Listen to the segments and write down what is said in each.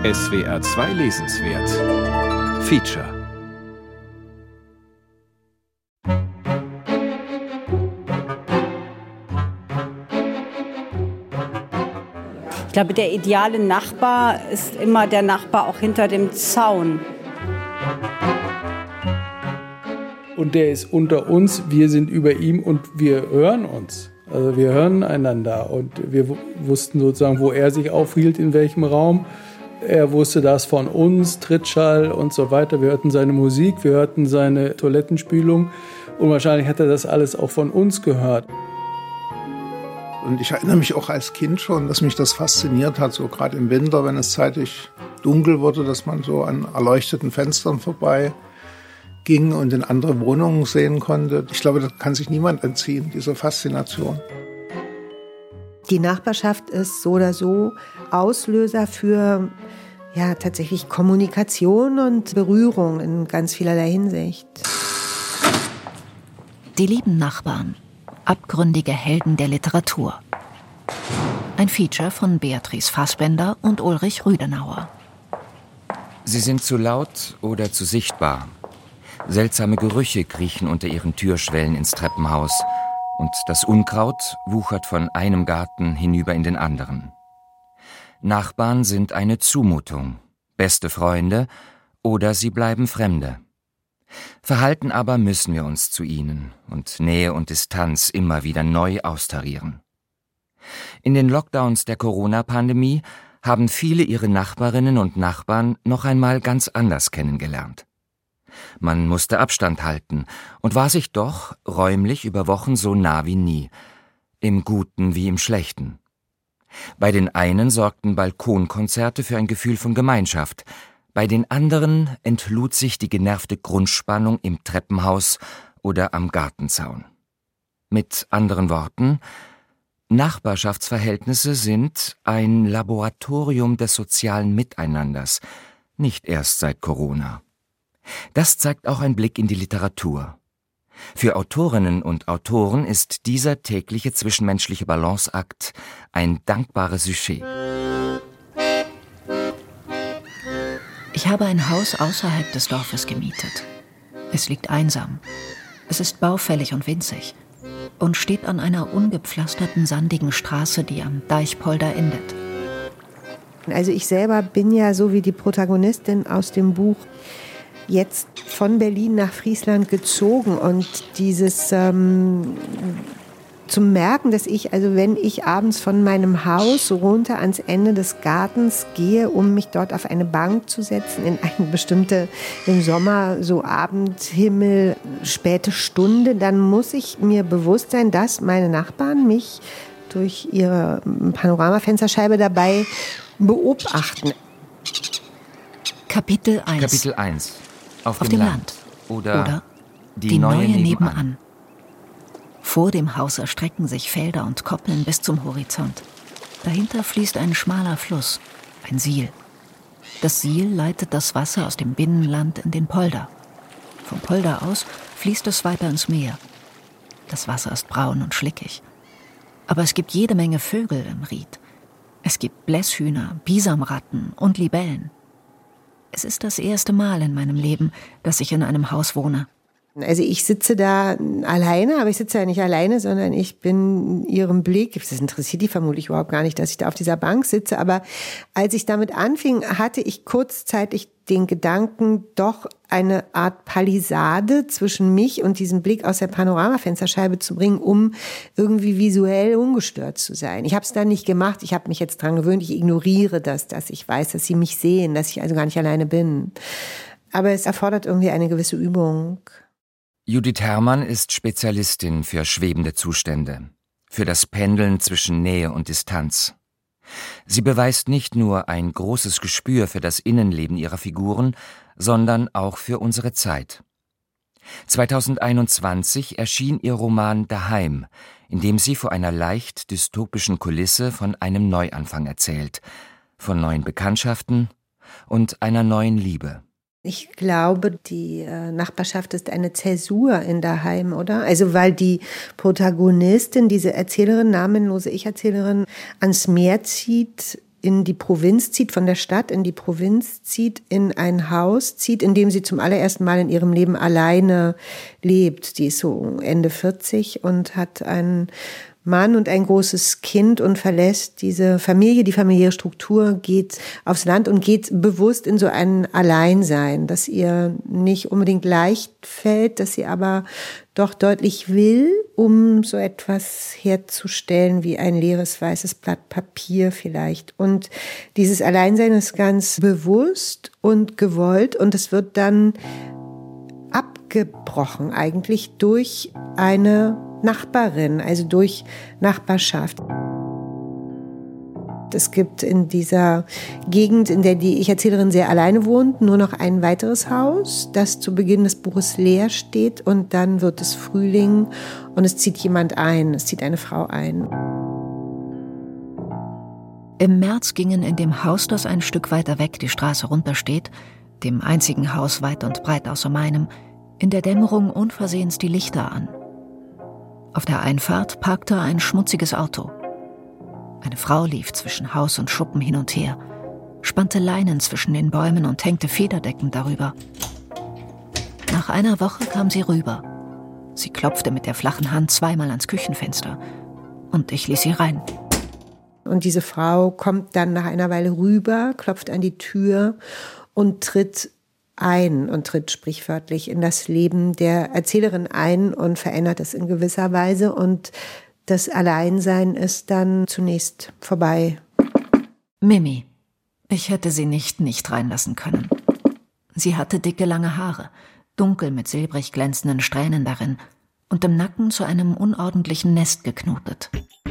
SWR 2 Lesenswert Feature. Ich glaube, der ideale Nachbar ist immer der Nachbar auch hinter dem Zaun. Und der ist unter uns, wir sind über ihm und wir hören uns. Also wir hören einander und wir wussten sozusagen, wo er sich aufhielt, in welchem Raum. Er wusste das von uns, Trittschall und so weiter. Wir hörten seine Musik, wir hörten seine Toilettenspülung und wahrscheinlich hat er das alles auch von uns gehört. Und ich erinnere mich auch als Kind schon, dass mich das fasziniert hat, so gerade im Winter, wenn es zeitig dunkel wurde, dass man so an erleuchteten Fenstern vorbei ging und in andere Wohnungen sehen konnte. Ich glaube, da kann sich niemand entziehen, dieser Faszination. Die Nachbarschaft ist so oder so Auslöser für tatsächlich Kommunikation und Berührung in ganz vielerlei Hinsicht. Die lieben Nachbarn. Abgründige Helden der Literatur. Ein Feature von Beatrice Fassbender und Ulrich Rüdenauer. Sie sind zu laut oder zu sichtbar. Seltsame Gerüche kriechen unter ihren Türschwellen ins Treppenhaus. Und das Unkraut wuchert von einem Garten hinüber in den anderen. Nachbarn sind eine Zumutung, beste Freunde oder sie bleiben Fremde. Verhalten aber müssen wir uns zu ihnen und Nähe und Distanz immer wieder neu austarieren. In den Lockdowns der Corona-Pandemie haben viele ihre Nachbarinnen und Nachbarn noch einmal ganz anders kennengelernt. Man musste Abstand halten und war sich doch räumlich über Wochen so nah wie nie, im Guten wie im Schlechten. Bei den einen sorgten Balkonkonzerte für ein Gefühl von Gemeinschaft, bei den anderen entlud sich die genervte Grundspannung im Treppenhaus oder am Gartenzaun. Mit anderen Worten, Nachbarschaftsverhältnisse sind ein Laboratorium des sozialen Miteinanders, nicht erst seit Corona. Das zeigt auch ein Blick in die Literatur. Für Autorinnen und Autoren ist dieser tägliche zwischenmenschliche Balanceakt ein dankbares Sujet. Ich habe ein Haus außerhalb des Dorfes gemietet. Es liegt einsam. Es ist baufällig und winzig und steht an einer ungepflasterten, sandigen Straße, die am Deichpolder endet. Also ich selber bin ja so wie die Protagonistin aus dem Buch jetzt von Berlin nach Friesland gezogen und dieses zu merken, dass ich, also wenn ich abends von meinem Haus runter ans Ende des Gartens gehe, um mich dort auf eine Bank zu setzen, in eine bestimmte, im Sommer so Abendhimmel, späte Stunde, dann muss ich mir bewusst sein, dass meine Nachbarn mich durch ihre Panoramafensterscheibe dabei beobachten. Kapitel 1. Kapitel 1. Auf dem Land. Oder die neue nebenan. Vor dem Haus erstrecken sich Felder und Koppeln bis zum Horizont. Dahinter fließt ein schmaler Fluss, ein Siel. Das Siel leitet das Wasser aus dem Binnenland in den Polder. Vom Polder aus fließt es weiter ins Meer. Das Wasser ist braun und schlickig. Aber es gibt jede Menge Vögel im Ried. Es gibt Blässhühner, Bisamratten und Libellen. Es ist das erste Mal in meinem Leben, dass ich in einem Haus wohne. Also ich sitze da alleine, aber ich sitze ja nicht alleine, sondern ich bin in ihrem Blick. Das interessiert die vermutlich überhaupt gar nicht, dass ich da auf dieser Bank sitze. Aber als ich damit anfing, hatte ich kurzzeitig den Gedanken, doch eine Art Palisade zwischen mich und diesem Blick aus der Panoramafensterscheibe zu bringen, um irgendwie visuell ungestört zu sein. Ich habe es dann nicht gemacht. Ich habe mich jetzt dran gewöhnt. Ich ignoriere das, dass ich weiß, dass sie mich sehen, dass ich also gar nicht alleine bin. Aber es erfordert irgendwie eine gewisse Übung. Judith Herrmann ist Spezialistin für schwebende Zustände, für das Pendeln zwischen Nähe und Distanz. Sie beweist nicht nur ein großes Gespür für das Innenleben ihrer Figuren, sondern auch für unsere Zeit. 2021 erschien ihr Roman Daheim, in dem sie vor einer leicht dystopischen Kulisse von einem Neuanfang erzählt, von neuen Bekanntschaften und einer neuen Liebe. Ich glaube, die Nachbarschaft ist eine Zäsur in Daheim, oder? Also weil die Protagonistin, diese Erzählerin, namenlose Ich-Erzählerin, ans Meer zieht in die Provinz zieht, von der Stadt in die Provinz zieht, in ein Haus zieht, in dem sie zum allerersten Mal in ihrem Leben alleine lebt. Sie ist so Ende 40 und hat einen Mann und ein großes Kind und verlässt diese Familie, die familiäre Struktur, geht aufs Land und geht bewusst in so ein Alleinsein, das ihr nicht unbedingt leicht fällt, das sie aber doch deutlich will, um so etwas herzustellen wie ein leeres weißes Blatt Papier vielleicht. Und dieses Alleinsein ist ganz bewusst und gewollt und es wird dann abgebrochen eigentlich durch eine Nachbarin, also durch Nachbarschaft. Es gibt in dieser Gegend, in der die Ich-Erzählerin sehr alleine wohnt, nur noch ein weiteres Haus, das zu Beginn des Buches leer steht und dann wird es Frühling und es zieht jemand ein, es zieht eine Frau ein. Im März gingen in dem Haus, das ein Stück weiter weg die Straße runtersteht, dem einzigen Haus weit und breit außer meinem, in der Dämmerung unversehens die Lichter an. Auf der Einfahrt parkte ein schmutziges Auto. Eine Frau lief zwischen Haus und Schuppen hin und her, spannte Leinen zwischen den Bäumen und hängte Federdecken darüber. Nach einer Woche kam sie rüber. Sie klopfte mit der flachen Hand zweimal ans Küchenfenster und ich ließ sie rein. Und diese Frau kommt dann nach einer Weile rüber, klopft an die Tür und tritt ein und tritt sprichwörtlich in das Leben der Erzählerin ein und verändert es in gewisser Weise und das Alleinsein ist dann zunächst vorbei. Mimi. Ich hätte sie nicht reinlassen können. Sie hatte dicke, lange Haare, dunkel mit silbrig glänzenden Strähnen darin und im Nacken zu einem unordentlichen Nest geknotet.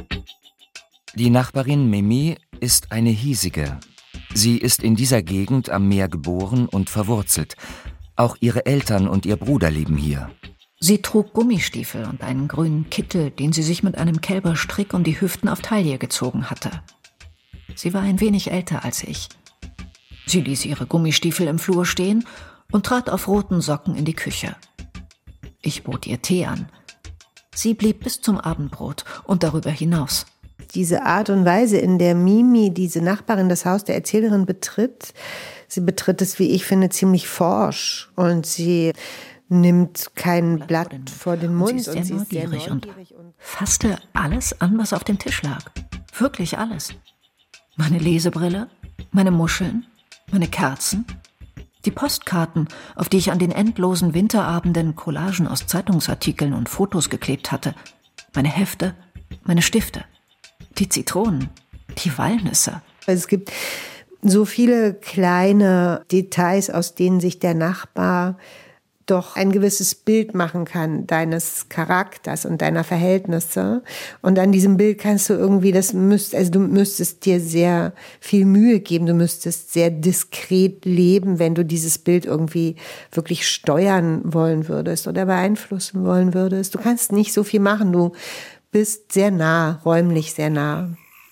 Die Nachbarin Mimi ist eine hiesige. Sie ist in dieser Gegend am Meer geboren und verwurzelt. Auch ihre Eltern und ihr Bruder leben hier. Sie trug Gummistiefel und einen grünen Kittel, den sie sich mit einem Kälberstrick um die Hüften auf Taille gezogen hatte. Sie war ein wenig älter als ich. Sie ließ ihre Gummistiefel im Flur stehen und trat auf roten Socken in die Küche. Ich bot ihr Tee an. Sie blieb bis zum Abendbrot und darüber hinaus. Diese Art und Weise, in der Mimi, diese Nachbarin, das Haus der Erzählerin betritt, sie betritt es, wie ich finde, ziemlich forsch und sie nimmt kein Blatt vor den Mund und sie ist sehr neugierig und fasste alles an, was auf dem Tisch lag. Wirklich alles. Meine Lesebrille, meine Muscheln, meine Kerzen, die Postkarten, auf die ich an den endlosen Winterabenden Collagen aus Zeitungsartikeln und Fotos geklebt hatte, meine Hefte, meine Stifte. Die Zitronen, die Walnüsse. Es gibt so viele kleine Details, aus denen sich der Nachbar doch ein gewisses Bild machen kann, deines Charakters und deiner Verhältnisse. Und an diesem Bild kannst du irgendwie, du müsstest dir sehr viel Mühe geben, du müsstest sehr diskret leben, wenn du dieses Bild irgendwie wirklich steuern wollen würdest oder beeinflussen wollen würdest. Du kannst nicht so viel machen, du bist sehr nah, räumlich sehr nah.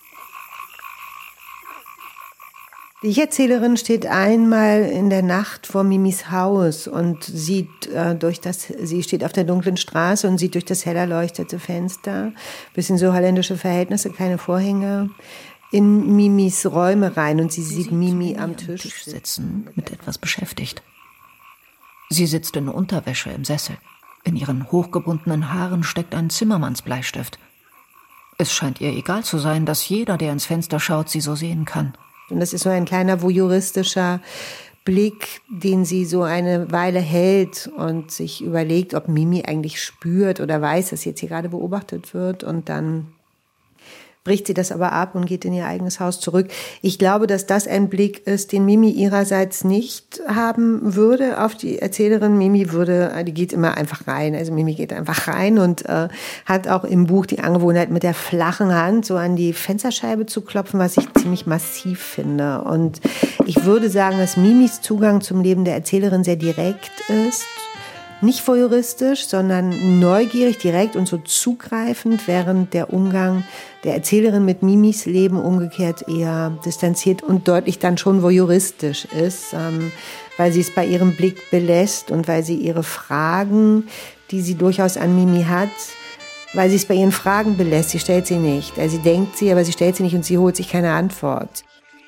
Die Ich-Erzählerin steht einmal in der Nacht vor Mimis Haus und sieht sie steht auf der dunklen Straße und sieht durch das hell erleuchtete Fenster, bisschen so holländische Verhältnisse, keine Vorhänge, in Mimis Räume rein und sie sieht Mimi am Tisch sitzen, mit etwas beschäftigt. Sie sitzt in Unterwäsche im Sessel. In ihren hochgebundenen Haaren steckt ein Zimmermannsbleistift. Es scheint ihr egal zu sein, dass jeder, der ins Fenster schaut, sie so sehen kann. Und das ist so ein kleiner voyeuristischer Blick, den sie so eine Weile hält und sich überlegt, ob Mimi eigentlich spürt oder weiß, dass jetzt hier gerade beobachtet wird. Und dann bricht sie das aber ab und geht in ihr eigenes Haus zurück. Ich glaube, dass das ein Blick ist, den Mimi ihrerseits nicht haben würde auf die Erzählerin. Die geht immer einfach rein. Also Mimi geht einfach rein und hat auch im Buch die Angewohnheit, mit der flachen Hand so an die Fensterscheibe zu klopfen, was ich ziemlich massiv finde. Und ich würde sagen, dass Mimis Zugang zum Leben der Erzählerin sehr direkt ist. Nicht voyeuristisch, sondern neugierig, direkt und so zugreifend, während der Umgang der Erzählerin mit Mimis Leben umgekehrt eher distanziert und deutlich dann schon voyeuristisch ist, weil sie es bei ihrem Blick belässt und weil sie ihre Fragen, die sie durchaus an Mimi hat, weil sie es bei ihren Fragen belässt. Sie stellt sie nicht. Also sie denkt sie, aber sie stellt sie nicht und sie holt sich keine Antwort.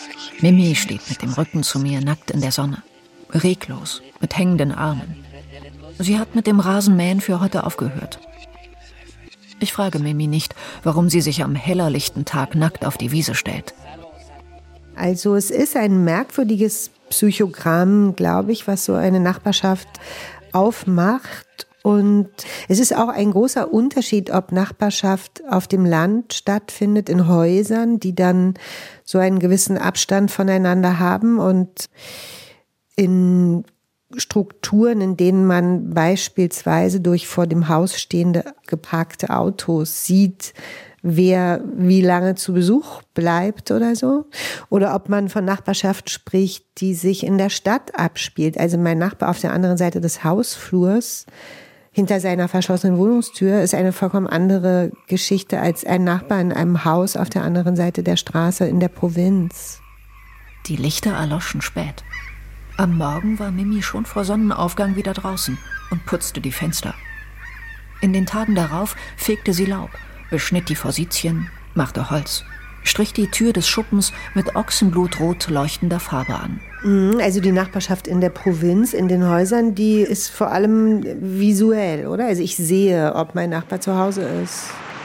Mimi steht mit dem Rücken zu mir nackt in der Sonne, reglos, mit hängenden Armen. Sie hat mit dem Rasenmähen für heute aufgehört. Ich frage Mimi nicht, warum sie sich am hellerlichten Tag nackt auf die Wiese stellt. Also es ist ein merkwürdiges Psychogramm, glaube ich, was so eine Nachbarschaft aufmacht. Und es ist auch ein großer Unterschied, ob Nachbarschaft auf dem Land stattfindet, in Häusern, die dann so einen gewissen Abstand voneinander haben und in Strukturen, in denen man beispielsweise durch vor dem Haus stehende geparkte Autos sieht, wer wie lange zu Besuch bleibt oder so. Oder ob man von Nachbarschaft spricht, die sich in der Stadt abspielt. Also mein Nachbar auf der anderen Seite des Hausflurs, hinter seiner verschlossenen Wohnungstür, ist eine vollkommen andere Geschichte als ein Nachbar in einem Haus auf der anderen Seite der Straße in der Provinz. Die Lichter erloschen spät. Am Morgen war Mimi schon vor Sonnenaufgang wieder draußen und putzte die Fenster. In den Tagen darauf fegte sie Laub, beschnitt die Forsythien, machte Holz, strich die Tür des Schuppens mit ochsenblutrot leuchtender Farbe an. Also die Nachbarschaft in der Provinz, in den Häusern, die ist vor allem visuell, oder? Also ich sehe, ob mein Nachbar zu Hause ist.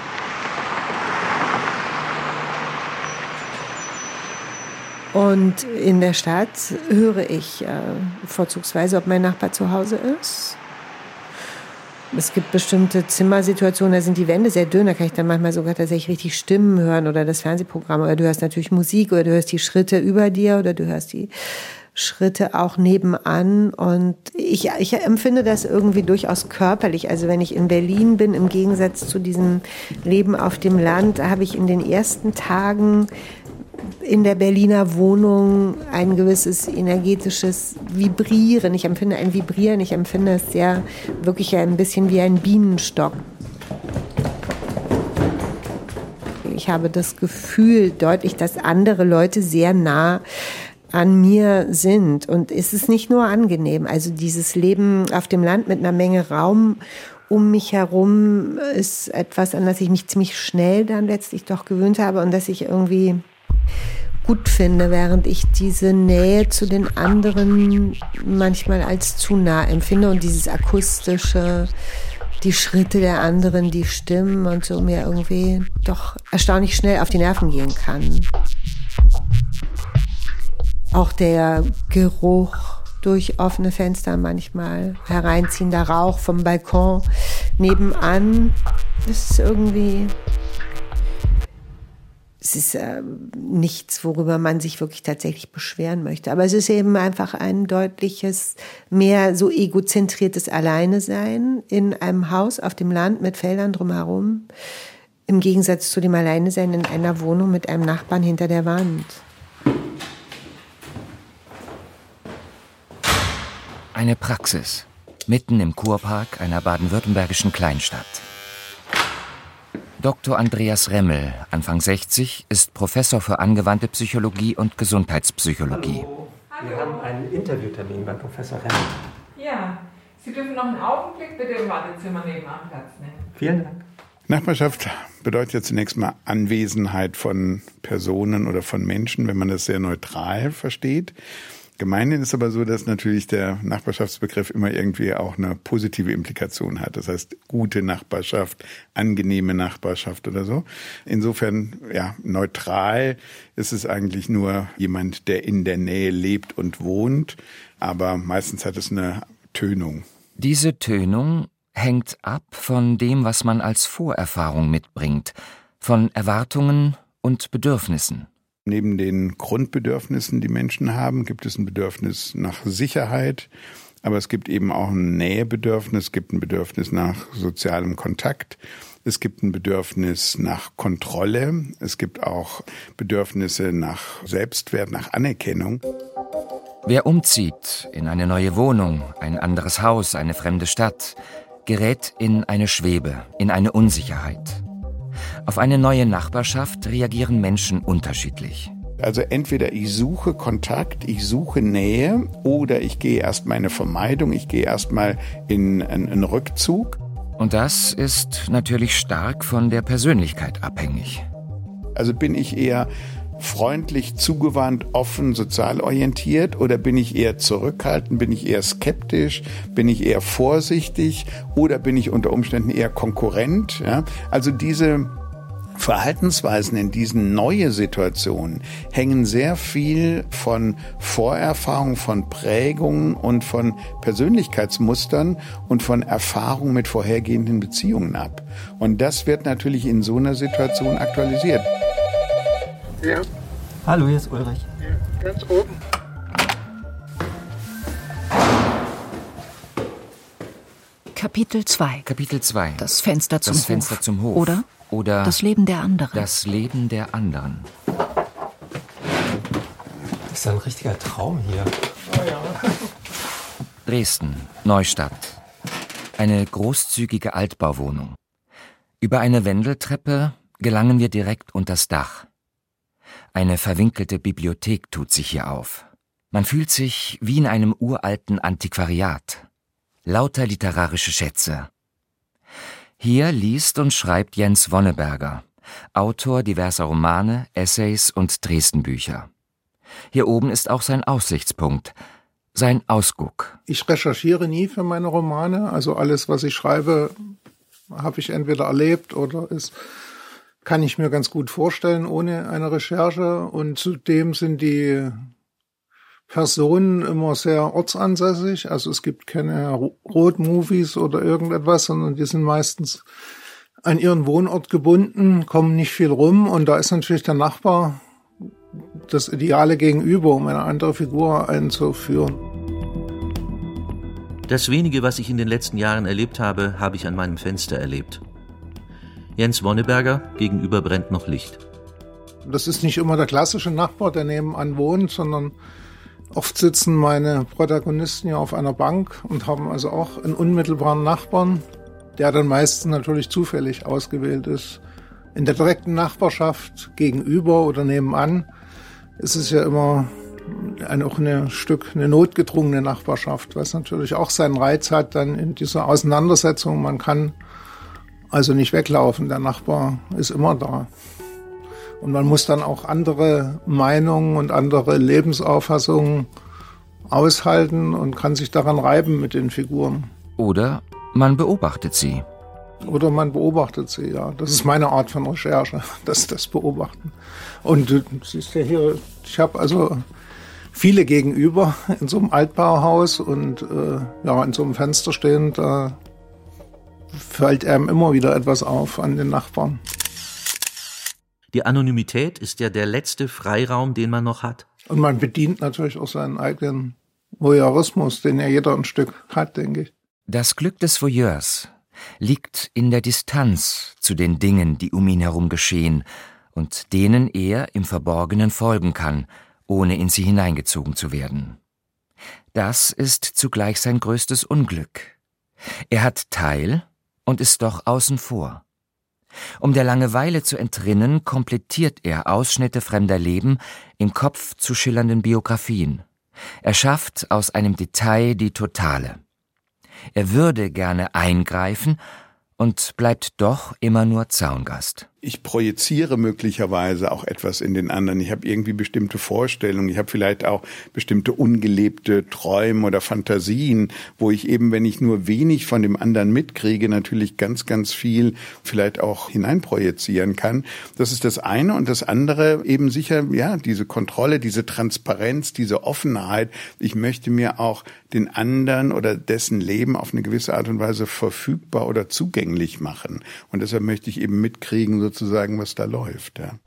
Und in der Stadt höre ich vorzugsweise, ob mein Nachbar zu Hause ist. Es gibt bestimmte Zimmersituationen, da sind die Wände sehr dünn, da kann ich dann manchmal sogar tatsächlich richtig Stimmen hören oder das Fernsehprogramm. Oder du hörst natürlich Musik oder du hörst die Schritte über dir oder du hörst die Schritte auch nebenan. Und ich empfinde das irgendwie durchaus körperlich. Also wenn ich in Berlin bin, im Gegensatz zu diesem Leben auf dem Land, habe ich in den ersten Tagen in der Berliner Wohnung ein gewisses energetisches Vibrieren. Ich empfinde ein Vibrieren, ich empfinde es sehr wirklich ein bisschen wie ein Bienenstock. Ich habe das Gefühl deutlich, dass andere Leute sehr nah an mir sind. Und es ist nicht nur angenehm. Also dieses Leben auf dem Land mit einer Menge Raum um mich herum ist etwas, an das ich mich ziemlich schnell dann letztlich doch gewöhnt habe und das ich irgendwie gut finde, während ich diese Nähe zu den anderen manchmal als zu nah empfinde und dieses akustische, die Schritte der anderen, die Stimmen und so mir irgendwie doch erstaunlich schnell auf die Nerven gehen kann. Auch der Geruch durch offene Fenster manchmal, hereinziehender Rauch vom Balkon nebenan, das ist irgendwie... Es ist nichts, worüber man sich wirklich tatsächlich beschweren möchte. Aber es ist eben einfach ein deutliches, mehr so egozentriertes Alleinesein in einem Haus auf dem Land mit Feldern drumherum. Im Gegensatz zu dem Alleinesein in einer Wohnung mit einem Nachbarn hinter der Wand. Eine Praxis, mitten im Kurpark einer baden-württembergischen Kleinstadt. Dr. Andreas Remmel, Anfang 60, ist Professor für angewandte Psychologie und Gesundheitspsychologie. Hallo. Wir haben einen Interviewtermin bei Professor Remmel. Ja, Sie dürfen noch einen Augenblick bitte im Wartezimmer nebenan Platz nehmen. Vielen Dank. Nachbarschaft bedeutet ja zunächst mal Anwesenheit von Personen oder von Menschen, wenn man das sehr neutral versteht. Gemeinhin ist aber so, dass natürlich der Nachbarschaftsbegriff immer irgendwie auch eine positive Implikation hat. Das heißt, gute Nachbarschaft, angenehme Nachbarschaft oder so. Insofern, ja, neutral ist es eigentlich nur jemand, der in der Nähe lebt und wohnt. Aber meistens hat es eine Tönung. Diese Tönung hängt ab von dem, was man als Vorerfahrung mitbringt, von Erwartungen und Bedürfnissen. Neben den Grundbedürfnissen, die Menschen haben, gibt es ein Bedürfnis nach Sicherheit, aber es gibt eben auch ein Nähebedürfnis, es gibt ein Bedürfnis nach sozialem Kontakt, es gibt ein Bedürfnis nach Kontrolle, es gibt auch Bedürfnisse nach Selbstwert, nach Anerkennung. Wer umzieht in eine neue Wohnung, ein anderes Haus, eine fremde Stadt, gerät in eine Schwebe, in eine Unsicherheit. Auf eine neue Nachbarschaft reagieren Menschen unterschiedlich. Also entweder ich suche Kontakt, ich suche Nähe oder ich gehe erstmal in eine Vermeidung, ich gehe erstmal in einen Rückzug. Und das ist natürlich stark von der Persönlichkeit abhängig. Also bin ich eher freundlich, zugewandt, offen, sozial orientiert oder bin ich eher zurückhaltend, bin ich eher skeptisch, bin ich eher vorsichtig oder bin ich unter Umständen eher Konkurrent? Ja? Also diese Verhaltensweisen in diesen neuen Situationen hängen sehr viel von Vorerfahrung, von Prägungen und von Persönlichkeitsmustern und von Erfahrungen mit vorhergehenden Beziehungen ab. Und das wird natürlich in so einer Situation aktualisiert. Ja. Hallo, hier ist Ulrich. Ja, ganz oben. Kapitel 2. Kapitel 2. Das Fenster zum Das Hof. Fenster zum Hof. Oder das Leben der anderen. Das Leben der anderen. Das ist ein richtiger Traum hier. Oh ja. Dresden, Neustadt. Eine großzügige Altbauwohnung. Über eine Wendeltreppe gelangen wir direkt unters Dach. Eine verwinkelte Bibliothek tut sich hier auf. Man fühlt sich wie in einem uralten Antiquariat. Lauter literarische Schätze. Hier liest und schreibt Jens Wonneberger, Autor diverser Romane, Essays und Dresden-Bücher. Hier oben ist auch sein Aussichtspunkt, sein Ausguck. Ich recherchiere nie für meine Romane, also alles, was ich schreibe, habe ich entweder erlebt oder kann ich mir ganz gut vorstellen ohne eine Recherche. Und zudem sind die Personen immer sehr ortsansässig. Also es gibt keine Road-Movies oder irgendetwas, sondern die sind meistens an ihren Wohnort gebunden, kommen nicht viel rum. Und da ist natürlich der Nachbar das ideale Gegenüber, um eine andere Figur einzuführen. Das wenige, was ich in den letzten Jahren erlebt habe, habe ich an meinem Fenster erlebt. Jens Wonneberger, gegenüber brennt noch Licht. Das ist nicht immer der klassische Nachbar, der nebenan wohnt, sondern oft sitzen meine Protagonisten ja auf einer Bank und haben also auch einen unmittelbaren Nachbarn, der dann meistens natürlich zufällig ausgewählt ist. In der direkten Nachbarschaft gegenüber oder nebenan ist es ja immer auch eine notgedrungene Nachbarschaft, was natürlich auch seinen Reiz hat dann in dieser Auseinandersetzung. Man kann also nicht weglaufen, der Nachbar ist immer da. Und man muss dann auch andere Meinungen und andere Lebensauffassungen aushalten und kann sich daran reiben mit den Figuren. Oder man beobachtet sie. Oder man beobachtet sie, ja. Das ist meine Art von Recherche, das Beobachten. Und du siehst ja hier, ich habe also viele gegenüber in so einem Altbauhaus und in so einem Fenster stehen, da fällt einem immer wieder etwas auf an den Nachbarn. Die Anonymität ist ja der letzte Freiraum, den man noch hat. Und man bedient natürlich auch seinen eigenen Voyeurismus, den ja jeder ein Stück hat, denke ich. Das Glück des Voyeurs liegt in der Distanz zu den Dingen, die um ihn herum geschehen und denen er im Verborgenen folgen kann, ohne in sie hineingezogen zu werden. Das ist zugleich sein größtes Unglück. Er hat Teil und ist doch außen vor. Um der Langeweile zu entrinnen, komplettiert er Ausschnitte fremder Leben im Kopf zu schillernden Biografien. Er schafft aus einem Detail die Totale. Er würde gerne eingreifen und bleibt doch immer nur Zaungast. Ich projiziere möglicherweise auch etwas in den anderen. Ich habe irgendwie bestimmte Vorstellungen. Ich habe vielleicht auch bestimmte ungelebte Träume oder Fantasien, wo ich eben, wenn ich nur wenig von dem anderen mitkriege, natürlich ganz, ganz viel vielleicht auch hineinprojizieren kann. Das ist das eine. Und das andere eben sicher, ja, diese Kontrolle, diese Transparenz, diese Offenheit. Ich möchte mir auch den anderen oder dessen Leben auf eine gewisse Art und Weise verfügbar oder zugänglich machen. Und deshalb möchte ich eben mitkriegen, sozusagen, was da läuft. Ja.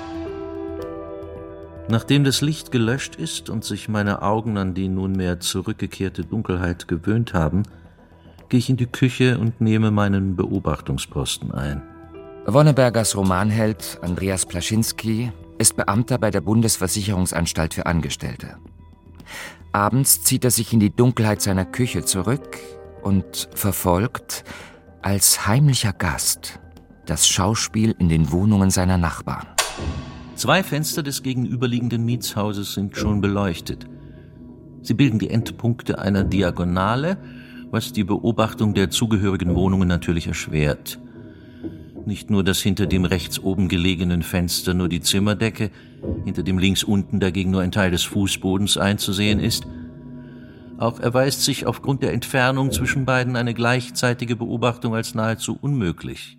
Nachdem das Licht gelöscht ist und sich meine Augen an die nunmehr zurückgekehrte Dunkelheit gewöhnt haben, gehe ich in die Küche und nehme meinen Beobachtungsposten ein. Wonnebergers Romanheld Andreas Plaschinski ist Beamter bei der Bundesversicherungsanstalt für Angestellte. Abends zieht er sich in die Dunkelheit seiner Küche zurück und verfolgt als heimlicher Gast das Schauspiel in den Wohnungen seiner Nachbarn. 2 Fenster des gegenüberliegenden Mietshauses sind schon beleuchtet. Sie bilden die Endpunkte einer Diagonale, was die Beobachtung der zugehörigen Wohnungen natürlich erschwert. Nicht nur, dass hinter dem rechts oben gelegenen Fenster nur die Zimmerdecke, hinter dem links unten dagegen nur ein Teil des Fußbodens einzusehen ist. Auch erweist sich aufgrund der Entfernung zwischen beiden eine gleichzeitige Beobachtung als nahezu unmöglich.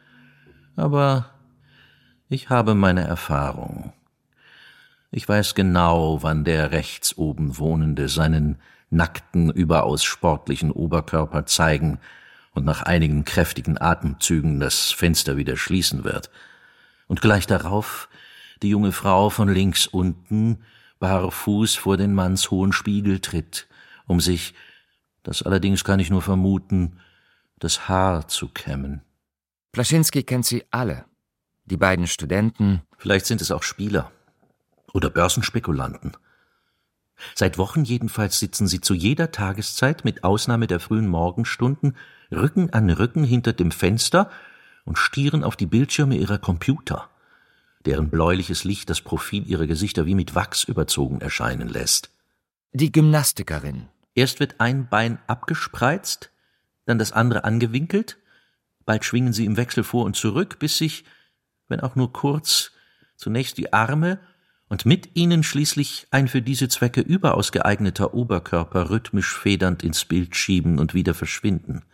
Aber ich habe meine Erfahrung. Ich weiß genau, wann der rechts oben Wohnende seinen nackten, überaus sportlichen Oberkörper zeigen und nach einigen kräftigen Atemzügen das Fenster wieder schließen wird. Und gleich darauf die junge Frau von links unten barfuß vor den mannshohen Spiegel tritt, um sich, das allerdings kann ich nur vermuten, das Haar zu kämmen. Plaszynski kennt sie alle. Die beiden Studenten. Vielleicht sind es auch Spieler oder Börsenspekulanten. Seit Wochen jedenfalls sitzen sie zu jeder Tageszeit, mit Ausnahme der frühen Morgenstunden, Rücken an Rücken hinter dem Fenster und stieren auf die Bildschirme ihrer Computer, deren bläuliches Licht das Profil ihrer Gesichter wie mit Wachs überzogen erscheinen lässt. Die Gymnastikerin. Erst wird ein Bein abgespreizt, dann das andere angewinkelt, bald schwingen sie im Wechsel vor und zurück, bis sich, wenn auch nur kurz, zunächst die Arme und mit ihnen schließlich ein für diese Zwecke überaus geeigneter Oberkörper rhythmisch federnd ins Bild schieben und wieder verschwinden.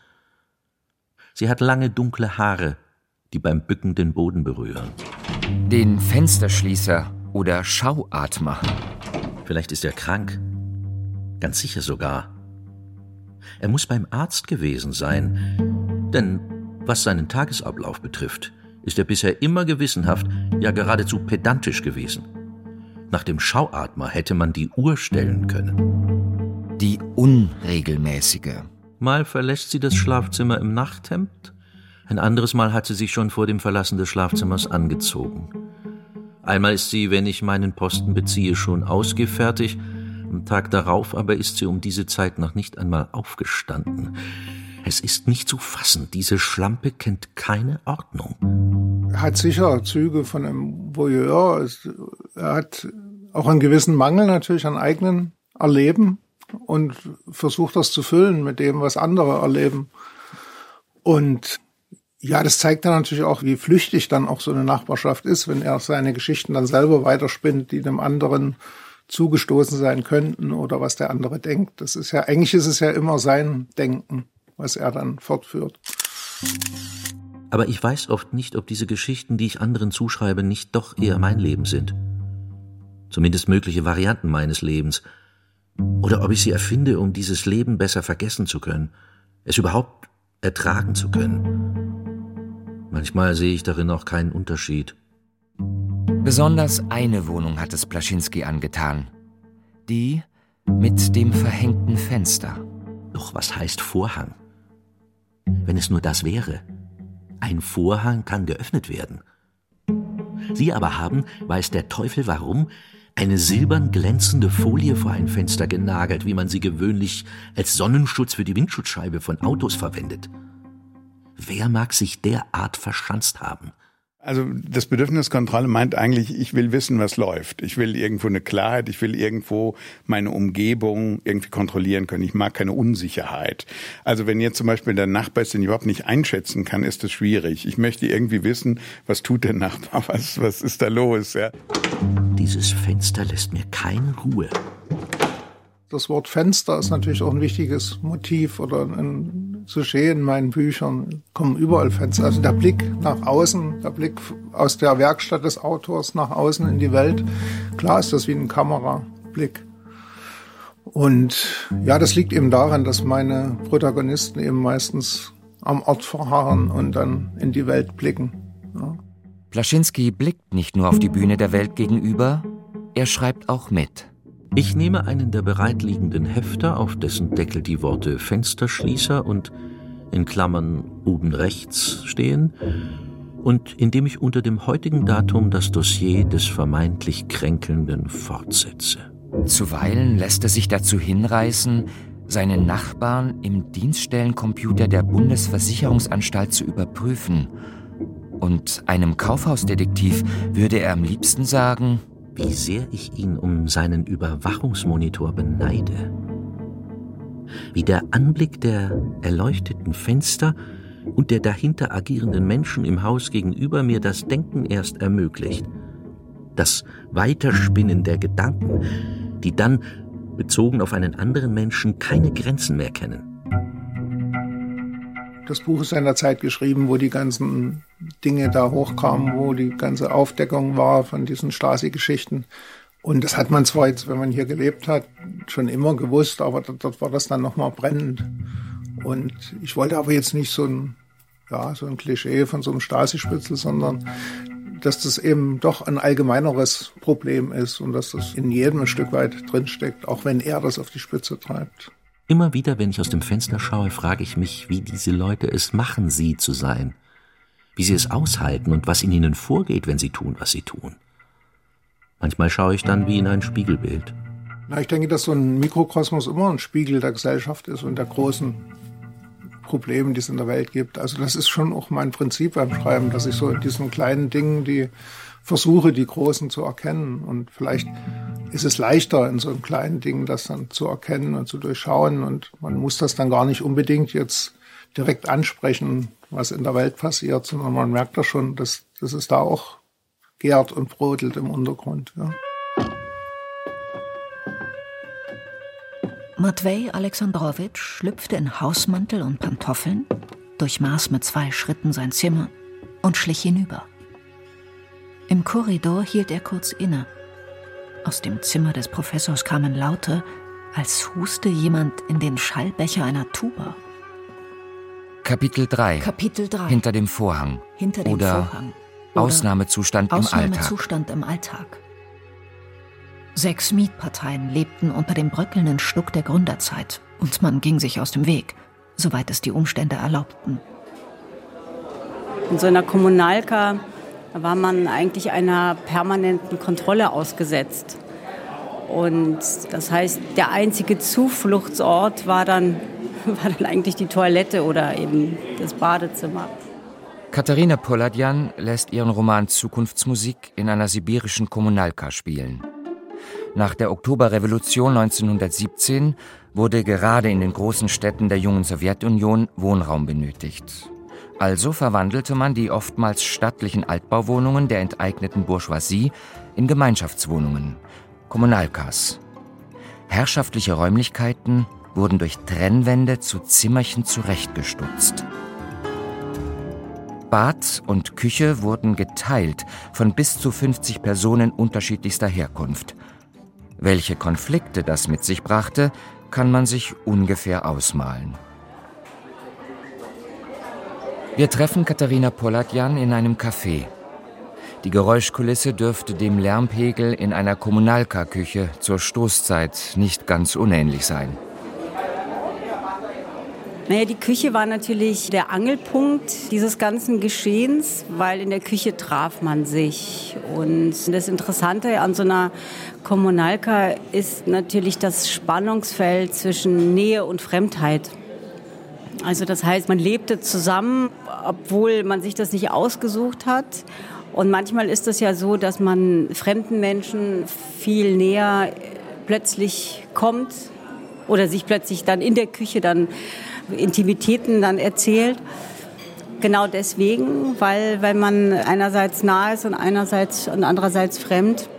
Sie hat lange dunkle Haare, die beim Bücken den Boden berühren. Den Fensterschließer oder Schauatmer. Vielleicht ist er krank. Ganz sicher sogar. Er muss beim Arzt gewesen sein, denn was seinen Tagesablauf betrifft, ist er bisher immer gewissenhaft, ja geradezu pedantisch gewesen. Nach dem Schauatmer hätte man die Uhr stellen können. Die unregelmäßige. Mal verlässt sie das Schlafzimmer im Nachthemd, ein anderes Mal hat sie sich schon vor dem Verlassen des Schlafzimmers angezogen. Einmal ist sie, wenn ich meinen Posten beziehe, schon ausgefertigt, am Tag darauf aber ist sie um diese Zeit noch nicht einmal aufgestanden. Es ist nicht zu fassen, diese Schlampe kennt keine Ordnung. Er hat sicher Züge von einem Voyeur. Er hat auch einen gewissen Mangel natürlich an eigenen Erleben und versucht das zu füllen mit dem, was andere erleben. Und ja, das zeigt dann natürlich auch, wie flüchtig dann auch so eine Nachbarschaft ist, wenn er seine Geschichten dann selber weiterspinnt, die dem anderen zugestoßen sein könnten oder was der andere denkt. Eigentlich ist es ja immer sein Denken, was er dann fortführt. Aber ich weiß oft nicht, ob diese Geschichten, die ich anderen zuschreibe, nicht doch eher mein Leben sind. Zumindest mögliche Varianten meines Lebens. Oder ob ich sie erfinde, um dieses Leben besser vergessen zu können, es überhaupt ertragen zu können. Manchmal sehe ich darin auch keinen Unterschied. Besonders eine Wohnung hat es Plaszynski angetan. Die mit dem verhängten Fenster. Doch was heißt Vorhang? Wenn es nur das wäre. Ein Vorhang kann geöffnet werden. Sie aber haben, weiß der Teufel warum, eine silbern glänzende Folie vor ein Fenster genagelt, wie man sie gewöhnlich als Sonnenschutz für die Windschutzscheibe von Autos verwendet. Wer mag sich derart verschanzt haben? Also das Bedürfniskontrolle meint eigentlich, ich will wissen, was läuft. Ich will irgendwo eine Klarheit, ich will irgendwo meine Umgebung irgendwie kontrollieren können. Ich mag keine Unsicherheit. Also wenn jetzt zum Beispiel der Nachbar ist, den ich überhaupt nicht einschätzen kann, ist das schwierig. Ich möchte irgendwie wissen, was tut der Nachbar, was ist da los? Ja. Dieses Fenster lässt mir keine Ruhe. Das Wort Fenster ist natürlich auch ein wichtiges Motiv oder ein Sujet in meinen Büchern. Kommen überall Fenster. Also der Blick nach außen, der Blick aus der Werkstatt des Autors nach außen in die Welt. Klar ist das wie ein Kamerablick. Und ja, das liegt eben daran, dass meine Protagonisten eben meistens am Ort verharren und dann in die Welt blicken. Ja. Plaszynski blickt nicht nur auf die Bühne der Welt gegenüber, er schreibt auch mit. Ich nehme einen der bereitliegenden Hefter, auf dessen Deckel die Worte Fensterschließer und in Klammern oben rechts stehen, und indem ich unter dem heutigen Datum das Dossier des vermeintlich Kränkelnden fortsetze. Zuweilen lässt er sich dazu hinreißen, seinen Nachbarn im Dienststellencomputer der Bundesversicherungsanstalt zu überprüfen. Und einem Kaufhausdetektiv würde er am liebsten sagen: Wie sehr ich ihn um seinen Überwachungsmonitor beneide. Wie der Anblick der erleuchteten Fenster und der dahinter agierenden Menschen im Haus gegenüber mir das Denken erst ermöglicht. Das Weiterspinnen der Gedanken, die dann, bezogen auf einen anderen Menschen, keine Grenzen mehr kennen. Das Buch ist in einer Zeit geschrieben, wo die ganzen Dinge da hochkamen, wo die ganze Aufdeckung war von diesen Stasi-Geschichten. Und das hat man zwar jetzt, wenn man hier gelebt hat, schon immer gewusst, aber dort war das dann nochmal brennend. Und ich wollte aber jetzt nicht so ein Klischee von so einem Stasi-Spitzel, sondern dass das eben doch ein allgemeineres Problem ist und dass das in jedem ein Stück weit drinsteckt, auch wenn er das auf die Spitze treibt. Immer wieder, wenn ich aus dem Fenster schaue, frage ich mich, wie diese Leute es machen, sie zu sein. Wie sie es aushalten und was in ihnen vorgeht, wenn sie tun, was sie tun. Manchmal schaue ich dann wie in ein Spiegelbild. Na, ich denke, dass so ein Mikrokosmos immer ein Spiegel der Gesellschaft ist und der großen Probleme, die es in der Welt gibt. Also das ist schon auch mein Prinzip beim Schreiben, dass ich so in diesen kleinen Dingen, die versuche, die großen zu erkennen. Und vielleicht ist es leichter, in so einem kleinen Ding das dann zu erkennen und zu durchschauen. Und man muss das dann gar nicht unbedingt jetzt direkt ansprechen, was in der Welt passiert, sondern man merkt das schon, dass es da auch gärt und brodelt im Untergrund. Ja. Matwei Alexandrowitsch schlüpfte in Hausmantel und Pantoffeln, durchmaß mit 2 Schritten sein Zimmer und schlich hinüber. Im Korridor hielt er kurz inne. Aus dem Zimmer des Professors kamen Laute, als huste jemand in den Schallbecher einer Tuba. Kapitel 3. Hinter dem Vorhang. Oder Ausnahmezustand im Alltag. 6 Mietparteien lebten unter dem bröckelnden Schluck der Gründerzeit und man ging sich aus dem Weg, soweit es die Umstände erlaubten. In so einer Kommunalka war man eigentlich einer permanenten Kontrolle ausgesetzt. Und das heißt, der einzige Zufluchtsort war dann eigentlich die Toilette oder eben das Badezimmer. Katharina Poladjan lässt ihren Roman Zukunftsmusik in einer sibirischen Kommunalka spielen. Nach der Oktoberrevolution 1917 wurde gerade in den großen Städten der jungen Sowjetunion Wohnraum benötigt. Also verwandelte man die oftmals stattlichen Altbauwohnungen der enteigneten Bourgeoisie in Gemeinschaftswohnungen, Kommunalkas. Herrschaftliche Räumlichkeiten wurden durch Trennwände zu Zimmerchen zurechtgestutzt. Bad und Küche wurden geteilt von bis zu 50 Personen unterschiedlichster Herkunft. Welche Konflikte das mit sich brachte, kann man sich ungefähr ausmalen. Wir treffen Katharina Poladjan in einem Café. Die Geräuschkulisse dürfte dem Lärmpegel in einer Kommunalka-Küche zur Stoßzeit nicht ganz unähnlich sein. Naja, die Küche war natürlich der Angelpunkt dieses ganzen Geschehens, weil in der Küche traf man sich. Und das Interessante an so einer Kommunalka ist natürlich das Spannungsfeld zwischen Nähe und Fremdheit. Also das heißt, man lebte zusammen, obwohl man sich das nicht ausgesucht hat. Und manchmal ist es ja so, dass man fremden Menschen viel näher plötzlich kommt oder sich plötzlich dann in der Küche dann Intimitäten dann erzählt. Genau deswegen, weil man einerseits nah ist und andererseits fremd.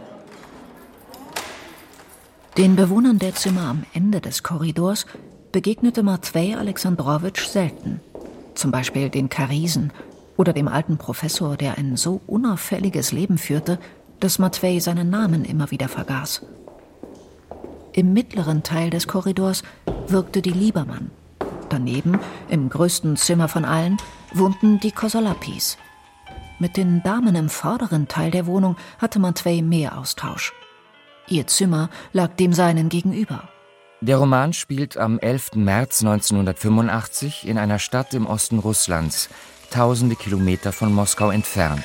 Den Bewohnern der Zimmer am Ende des Korridors begegnete Matwei Alexandrowitsch selten. Zum Beispiel den Karisen oder dem alten Professor, der ein so unauffälliges Leben führte, dass Matwei seinen Namen immer wieder vergaß. Im mittleren Teil des Korridors wirkte die Liebermann. Daneben, im größten Zimmer von allen, wohnten die Kosolapis. Mit den Damen im vorderen Teil der Wohnung hatte Matwei mehr Austausch. Ihr Zimmer lag dem seinen gegenüber. Der Roman spielt am 11. März 1985 in einer Stadt im Osten Russlands, tausende Kilometer von Moskau entfernt.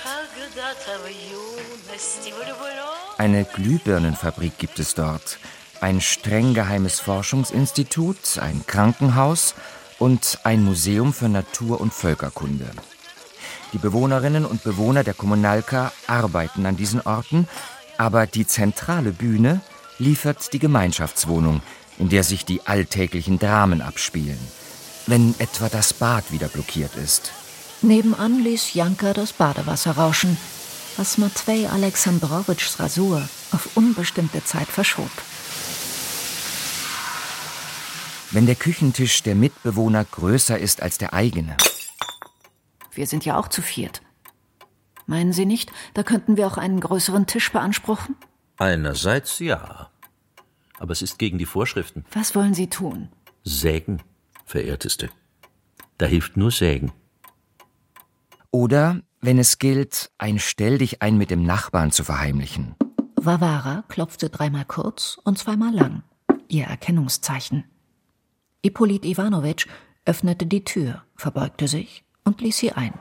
Eine Glühbirnenfabrik gibt es dort, ein streng geheimes Forschungsinstitut, ein Krankenhaus und ein Museum für Natur- und Völkerkunde. Die Bewohnerinnen und Bewohner der Kommunalka arbeiten an diesen Orten, aber die zentrale Bühne liefert die Gemeinschaftswohnung, in der sich die alltäglichen Dramen abspielen. wenn etwa das Bad wieder blockiert ist. Nebenan ließ Janka das Badewasser rauschen, was Matvej Alexandrowitschs Rasur auf unbestimmte Zeit verschob. Wenn der Küchentisch der Mitbewohner größer ist als der eigene. Wir sind ja auch zu viert. Meinen Sie nicht, da könnten wir auch einen größeren Tisch beanspruchen? Einerseits ja. Aber es ist gegen die Vorschriften. Was wollen Sie tun? Sägen, Verehrteste. Da hilft nur Sägen. Oder, wenn es gilt, ein Stelldichein mit dem Nachbarn zu verheimlichen. Warwara klopfte 3-mal kurz und 2-mal lang. Ihr Erkennungszeichen. Ippolit Iwanowitsch öffnete die Tür, verbeugte sich und ließ sie ein.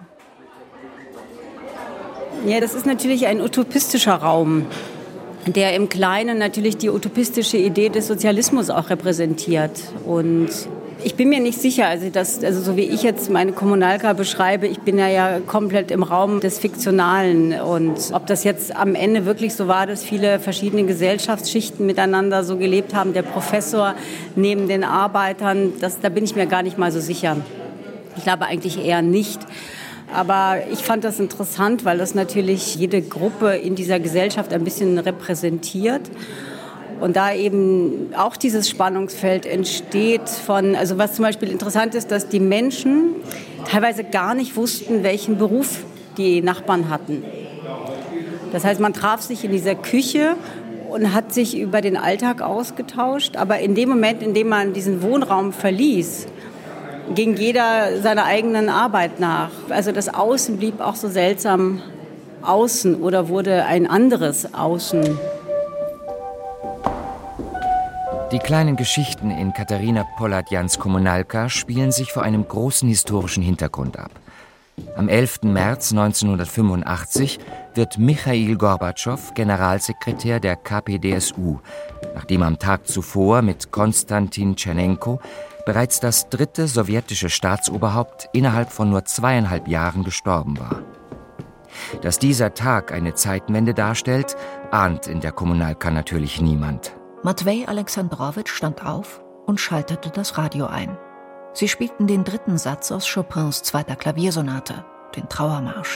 Ja, das ist natürlich ein utopistischer Raum, der im Kleinen natürlich die utopistische Idee des Sozialismus auch repräsentiert. Und ich bin mir nicht sicher, also so wie ich jetzt meine Kommunalka beschreibe, ich bin ja komplett im Raum des Fiktionalen. Und ob das jetzt am Ende wirklich so war, dass viele verschiedene Gesellschaftsschichten miteinander so gelebt haben, der Professor neben den Arbeitern, da bin ich mir gar nicht mal so sicher. Ich glaube eigentlich eher nicht. Aber ich fand das interessant, weil das natürlich jede Gruppe in dieser Gesellschaft ein bisschen repräsentiert. Und da eben auch dieses Spannungsfeld entsteht von, also was zum Beispiel interessant ist, dass die Menschen teilweise gar nicht wussten, welchen Beruf die Nachbarn hatten. Das heißt, man traf sich in dieser Küche und hat sich über den Alltag ausgetauscht. Aber in dem Moment, in dem man diesen Wohnraum verließ, ging jeder seiner eigenen Arbeit nach. Also das Außen blieb auch so seltsam außen oder wurde ein anderes Außen. Die kleinen Geschichten in Katharina Poladjans Kommunalka spielen sich vor einem großen historischen Hintergrund ab. Am 11. März 1985 wird Michail Gorbatschow Generalsekretär der KPDSU, nachdem am Tag zuvor mit Konstantin Tschernenko bereits das 3. sowjetische Staatsoberhaupt innerhalb von nur 2,5 Jahren gestorben war. Dass dieser Tag eine Zeitenwende darstellt, ahnt in der Kommunalka natürlich niemand. Matvej Alexandrowitsch stand auf und schaltete das Radio ein. Sie spielten den 3. Satz aus Chopins 2. Klaviersonate, den Trauermarsch.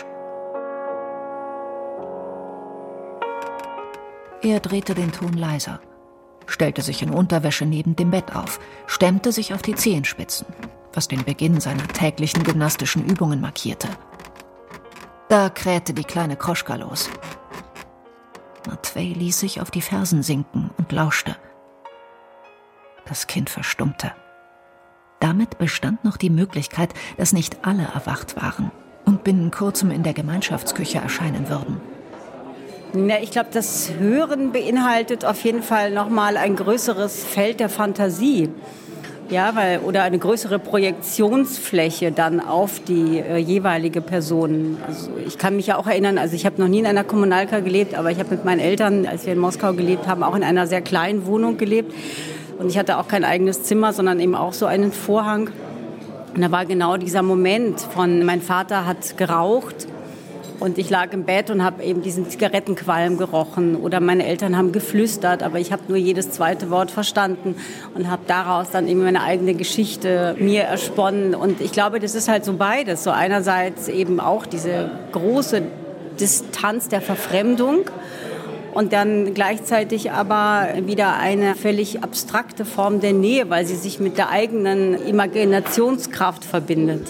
Er drehte den Ton leiser, stellte sich in Unterwäsche neben dem Bett auf, stemmte sich auf die Zehenspitzen, was den Beginn seiner täglichen gymnastischen Übungen markierte. Da krähte die kleine Kroschka los. Matvej ließ sich auf die Fersen sinken und lauschte. Das Kind verstummte. Damit bestand noch die Möglichkeit, dass nicht alle erwacht waren und binnen kurzem in der Gemeinschaftsküche erscheinen würden. Ja, ich glaube, das Hören beinhaltet auf jeden Fall nochmal ein größeres Feld der Fantasie. Ja, oder eine größere Projektionsfläche dann auf die jeweilige Person. Also ich kann mich ja auch erinnern, also ich habe noch nie in einer Kommunalka gelebt, aber ich habe mit meinen Eltern, als wir in Moskau gelebt haben, auch in einer sehr kleinen Wohnung gelebt. Und ich hatte auch kein eigenes Zimmer, sondern eben auch so einen Vorhang. Und da war genau dieser Moment von, mein Vater hat geraucht und ich lag im Bett und habe eben diesen Zigarettenqualm gerochen. Oder meine Eltern haben geflüstert, aber ich habe nur jedes zweite Wort verstanden und habe daraus dann eben meine eigene Geschichte mir ersponnen. Und ich glaube, das ist halt so beides. So einerseits eben auch diese große Distanz der Verfremdung und dann gleichzeitig aber wieder eine völlig abstrakte Form der Nähe, weil sie sich mit der eigenen Imaginationskraft verbindet.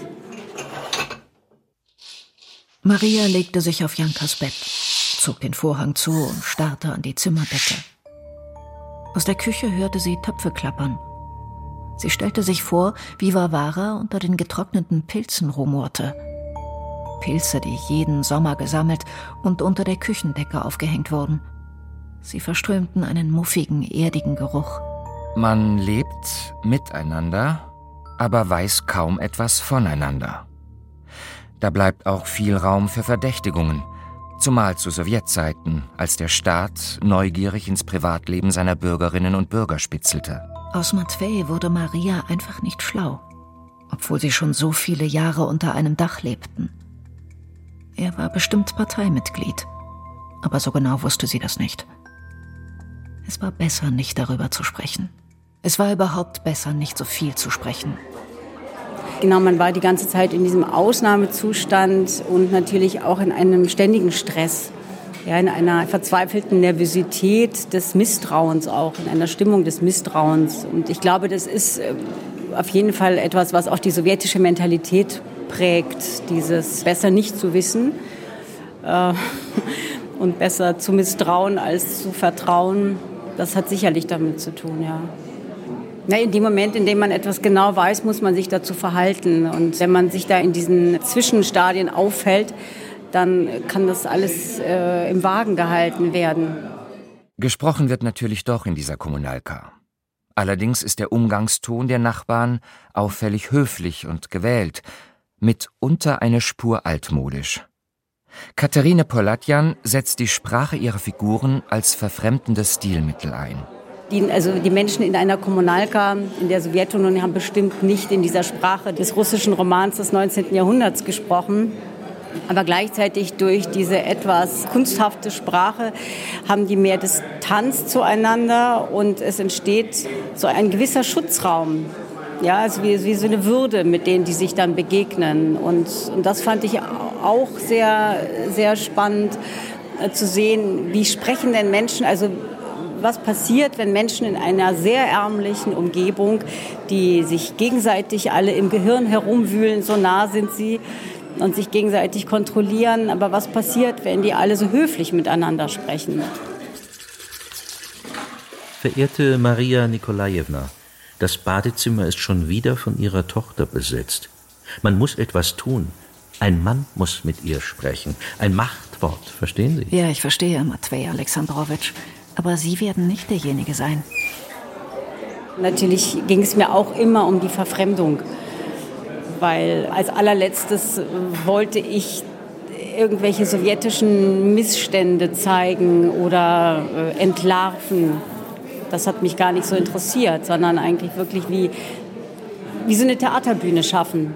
Maria legte sich auf Jankas Bett, zog den Vorhang zu und starrte an die Zimmerdecke. Aus der Küche hörte sie Töpfe klappern. Sie stellte sich vor, wie Warwara unter den getrockneten Pilzen rumorte. Pilze, die jeden Sommer gesammelt und unter der Küchendecke aufgehängt wurden. Sie verströmten einen muffigen, erdigen Geruch. Man lebt miteinander, aber weiß kaum etwas voneinander. Da bleibt auch viel Raum für Verdächtigungen, zumal zu Sowjetzeiten, als der Staat neugierig ins Privatleben seiner Bürgerinnen und Bürger spitzelte. Aus Matvej wurde Maria einfach nicht schlau, obwohl sie schon so viele Jahre unter einem Dach lebten. Er war bestimmt Parteimitglied, aber so genau wusste sie das nicht. Es war besser, nicht darüber zu sprechen. Es war überhaupt besser, nicht so viel zu sprechen. Genau, man war die ganze Zeit in diesem Ausnahmezustand und natürlich auch in einem ständigen Stress. Ja, in einer verzweifelten Nervosität des Misstrauens auch, in einer Stimmung des Misstrauens. Und ich glaube, das ist auf jeden Fall etwas, was auch die sowjetische Mentalität prägt, dieses besser nicht zu wissen und besser zu misstrauen als zu vertrauen. Das hat sicherlich damit zu tun, ja. In dem Moment, in dem man etwas genau weiß, muss man sich dazu verhalten. Und wenn man sich da in diesen Zwischenstadien auffällt, dann kann das alles im Wagen gehalten werden. Gesprochen wird natürlich doch in dieser Kommunalka. Allerdings ist der Umgangston der Nachbarn auffällig höflich und gewählt, mitunter eine Spur altmodisch. Katharine Polatjan setzt die Sprache ihrer Figuren als verfremdendes Stilmittel ein. Die Menschen in einer Kommunalka in der Sowjetunion haben bestimmt nicht in dieser Sprache des russischen Romans des 19. Jahrhunderts gesprochen. Aber gleichzeitig durch diese etwas kunsthafte Sprache haben die mehr Distanz zueinander und es entsteht so ein gewisser Schutzraum. Ja, also wie so eine Würde, mit denen die sich dann begegnen. Und das fand ich auch sehr, sehr spannend zu sehen, wie sprechen denn Menschen, also was passiert, wenn Menschen in einer sehr ärmlichen Umgebung, die sich gegenseitig alle im Gehirn herumwühlen, so nah sind sie, und sich gegenseitig kontrollieren. Aber was passiert, wenn die alle so höflich miteinander sprechen? Verehrte Maria Nikolajewna, das Badezimmer ist schon wieder von Ihrer Tochter besetzt. Man muss etwas tun. Ein Mann muss mit ihr sprechen. Ein Machtwort, verstehen Sie? Ja, ich verstehe, Matvej Alexandrowitsch. Aber Sie werden nicht derjenige sein. Natürlich ging es mir auch immer um die Verfremdung. Weil als allerletztes wollte ich irgendwelche sowjetischen Missstände zeigen oder entlarven. Das hat mich gar nicht so interessiert, sondern eigentlich wirklich wie so eine Theaterbühne schaffen.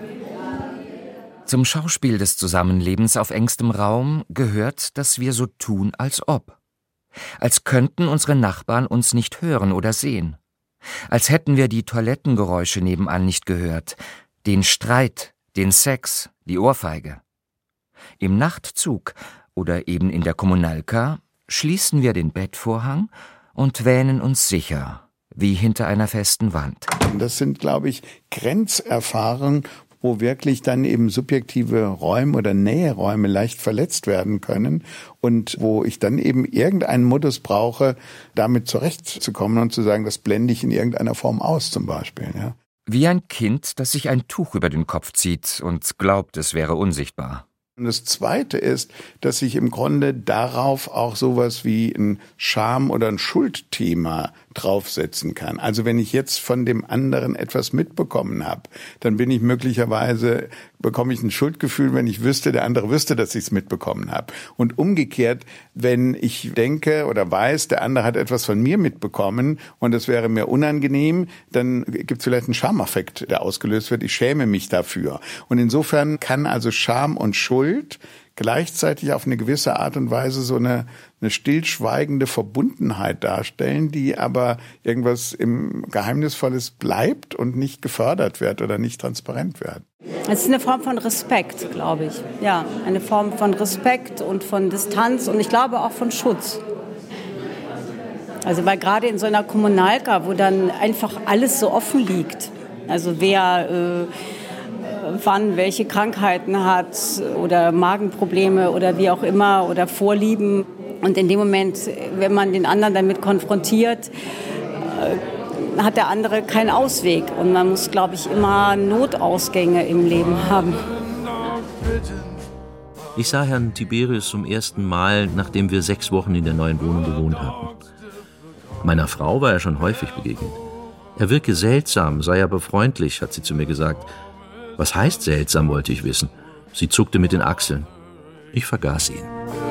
Zum Schauspiel des Zusammenlebens auf engstem Raum gehört, dass wir so tun, als ob. Als könnten unsere Nachbarn uns nicht hören oder sehen. Als hätten wir die Toilettengeräusche nebenan nicht gehört, den Streit, den Sex, die Ohrfeige. Im Nachtzug oder eben in der Kommunalka schließen wir den Bettvorhang und wähnen uns sicher, wie hinter einer festen Wand. Das sind, glaube ich, Grenzerfahrungen, wo wirklich dann eben subjektive Räume oder Näheräume leicht verletzt werden können und wo ich dann eben irgendeinen Modus brauche, damit zurechtzukommen und zu sagen, das blende ich in irgendeiner Form aus zum Beispiel, ja. Wie ein Kind, das sich ein Tuch über den Kopf zieht und glaubt, es wäre unsichtbar. Und das Zweite ist, dass ich im Grunde darauf auch sowas wie ein Scham- oder ein Schuldthema draufsetzen kann. Also wenn ich jetzt von dem anderen etwas mitbekommen habe, dann bekomme ich ein Schuldgefühl, wenn ich wüsste, der andere wüsste, dass ich es mitbekommen habe. Und umgekehrt, wenn ich denke oder weiß, der andere hat etwas von mir mitbekommen und es wäre mir unangenehm, dann gibt es vielleicht einen Schamaffekt, der ausgelöst wird. Ich schäme mich dafür. Und insofern kann also Scham und Schuld gleichzeitig auf eine gewisse Art und Weise so eine stillschweigende Verbundenheit darstellen, die aber irgendwas im Geheimnisvolles bleibt und nicht gefördert wird oder nicht transparent wird. Es ist eine Form von Respekt, glaube ich. Ja, eine Form von Respekt und von Distanz und ich glaube auch von Schutz. Also weil gerade in so einer Kommunalka, wo dann einfach alles so offen liegt, also wer wann welche Krankheiten hat oder Magenprobleme oder wie auch immer oder Vorlieben. Und in dem Moment, wenn man den anderen damit konfrontiert, hat der andere keinen Ausweg. Und man muss, glaube ich, immer Notausgänge im Leben haben. Ich sah Herrn Tiberius zum ersten Mal, nachdem wir 6 Wochen in der neuen Wohnung gewohnt hatten. Meiner Frau war er schon häufig begegnet. Er wirke seltsam, sei aber freundlich, hat sie zu mir gesagt. Was heißt seltsam, wollte ich wissen. Sie zuckte mit den Achseln. Ich vergaß ihn.